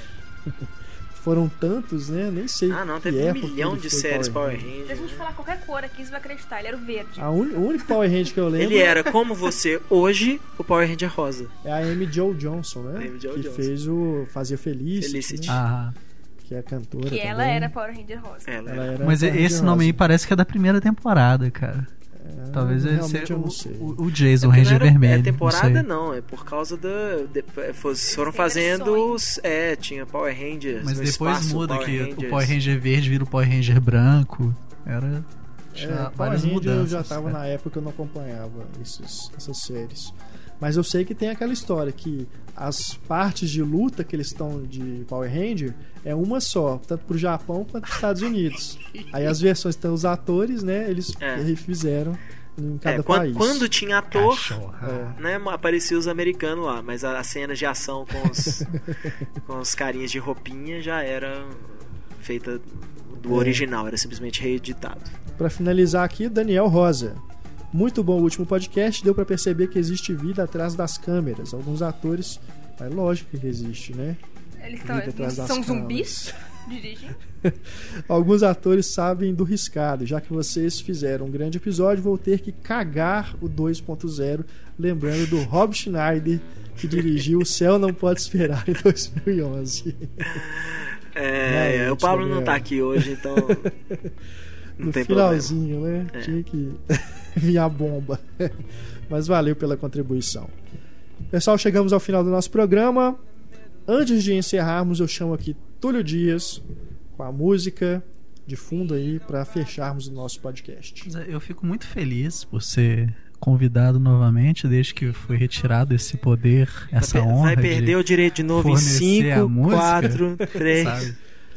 Foram tantos, né? Nem sei. Ah, não, que teve um época milhão ele de foi séries Power Se a Ranger. gente falar qualquer cor aqui, você vai acreditar. Ele era o verde. A un... O único Power Ranger que eu lembro Ele era, como você, hoje, o Power Ranger rosa. é a Amy Jo Johnson, né? A Amy Jo que Johnson. fez o fazia Felicity, Felicity. né? Ah, Que é cantora Que também. ela era Power Ranger rosa. Ela Ela era. era mas Power esse Ranger nome aí rosa. parece que é da primeira temporada, cara. É, Talvez ele realmente seja eu não o, sei. o, o Jason, o Porque não Ranger era- Vermelho. É não temporada sei. não, é por causa da. de- é, foram foram têm fazendo versões. os. É, tinha Power Rangers. Mas no depois espaço, muda Power que Rangers. o Power Ranger verde vira o Power Ranger branco. Era. Tinha É, Power várias Ranger mudanças. eu já tava né? na época que eu não acompanhava esses, essas séries. Mas eu sei que tem aquela história que as partes de luta que eles estão de Power Ranger é uma só, tanto pro Japão quanto pros Estados Unidos. Aí as versões tem os atores, né? Eles É. refizeram em cada É, quando, país. quando tinha ator, Cachorra. É. né, aparecia os americanos lá, mas a- as cenas de ação com os, com os carinhas de roupinha já era feita do É. original, era simplesmente reeditado. Pra finalizar aqui, Daniel Rosa. Muito bom o último podcast, deu pra perceber que existe vida atrás das câmeras. Alguns atores, é lógico que existe, né? Eles tão, Vida atrás das são câmeras. zumbis dirigindo. Alguns atores sabem do riscado. Já que vocês fizeram um grande episódio, vou ter que cagar o dois ponto zero, lembrando do Rob Schneider, que dirigiu O Céu Não Pode Esperar em dois mil e onze. É, Realmente, o Pablo não Daniel. tá aqui hoje, então não No tem problema. finalzinho, né? É. Tinha que vir a bomba. Mas valeu pela contribuição. Pessoal, chegamos ao final do nosso programa. Antes de encerrarmos, eu chamo aqui Túlio Dias com a música de fundo aí para fecharmos o nosso podcast. Eu fico muito feliz por ser convidado novamente, desde que foi retirado esse poder, essa vai, honra. vai perder de o direito de novo em fornecer a cinco, música, quatro, três. sabe?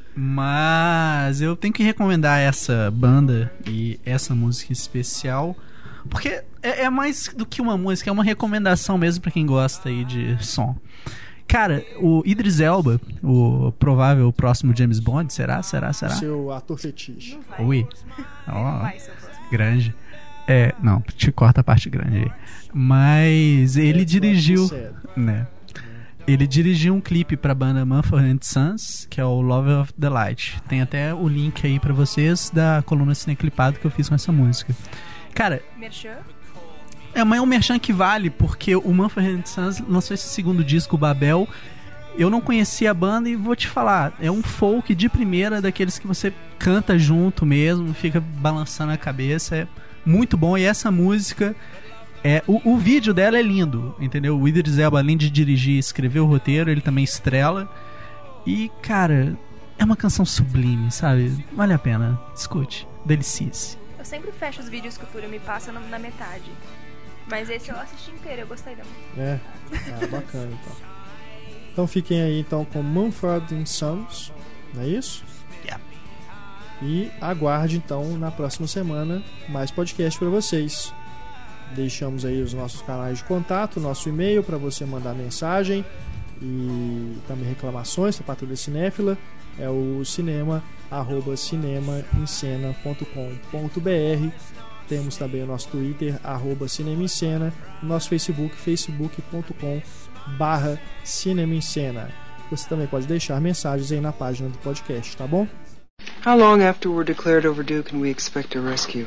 Mas eu tenho que recomendar essa banda e essa música especial, porque é, é mais do que uma música, é uma recomendação mesmo pra quem gosta aí de som. Cara, o Idris Elba, o provável próximo James Bond, será? Será? Será? Seu ator fetiche. Não vai. Ui. Não Ó, vai ser o próximo. grande. É, não, te corta a parte grande aí. Mas ele É, dirigiu, sério. né? Ele dirigiu um clipe pra banda Mumford and Sons, que é o Love of the Light. Tem até o link aí pra vocês da coluna Cineclipado que eu fiz com essa música. Cara, Merchan? é, mas é um merchan que vale, porque o Mumford and Sons lançou esse segundo disco, o Babel. Eu não conhecia a banda e vou te falar, é um folk de primeira, daqueles que você canta junto mesmo, fica balançando a cabeça, é muito bom. E essa música, é, o, o vídeo dela é lindo, entendeu? O Idris Elba, além de dirigir e escrever o roteiro, ele também estrela. E, cara, é uma canção sublime, sabe? Vale a pena, escute, delicie-se. Eu sempre fecho os vídeos que o Túlio me passa na, na metade. Mas esse eu assisti inteiro, eu gostei da música. É, ah, bacana então. Então fiquem aí então com Mumford and Sons, não é isso? Yeah. E aguarde então na próxima semana mais podcast para vocês. deixamos aí os nossos canais de contato, nosso e-mail para você mandar mensagem e também reclamações da Patrulha Cinéfila. É o cinema arroba cinemaencena ponto com ponto br. Temos também o nosso Twitter, arroba Cinema em Cena, nosso Facebook, facebook ponto com barra Cinema em Cena. Você também pode deixar mensagens aí na página do podcast, tá bom? How long after we're declared overdue can we expect a rescue?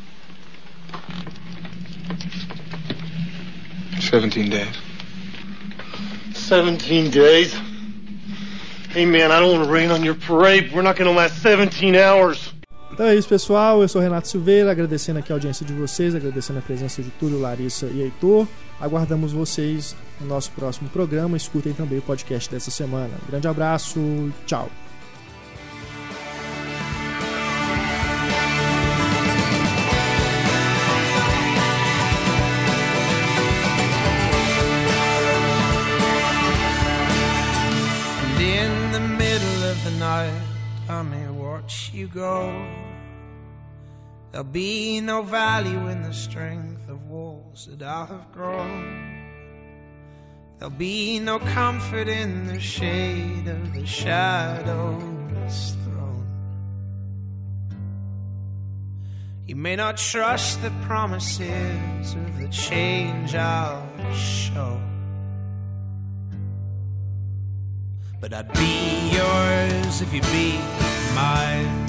Seventeen days. Seventeen days? Hey man, I don't want to rain on your parade. We're not going to last seventeen hours. Então é isso, pessoal. Eu sou Renato Silveira, agradecendo aqui a audiência de vocês, agradecendo a presença de Túlio, Larissa e Heitor. Aguardamos vocês no nosso próximo programa. Escutem também o podcast dessa semana. Um grande abraço, tchau. And in the middle of the night, I may watch you go. There'll be no value in the strength of walls that I have grown. There'll be no comfort in the shade of the shadow's throne. You may not trust the promises of the change I'll show, but I'd be yours if you'd be mine.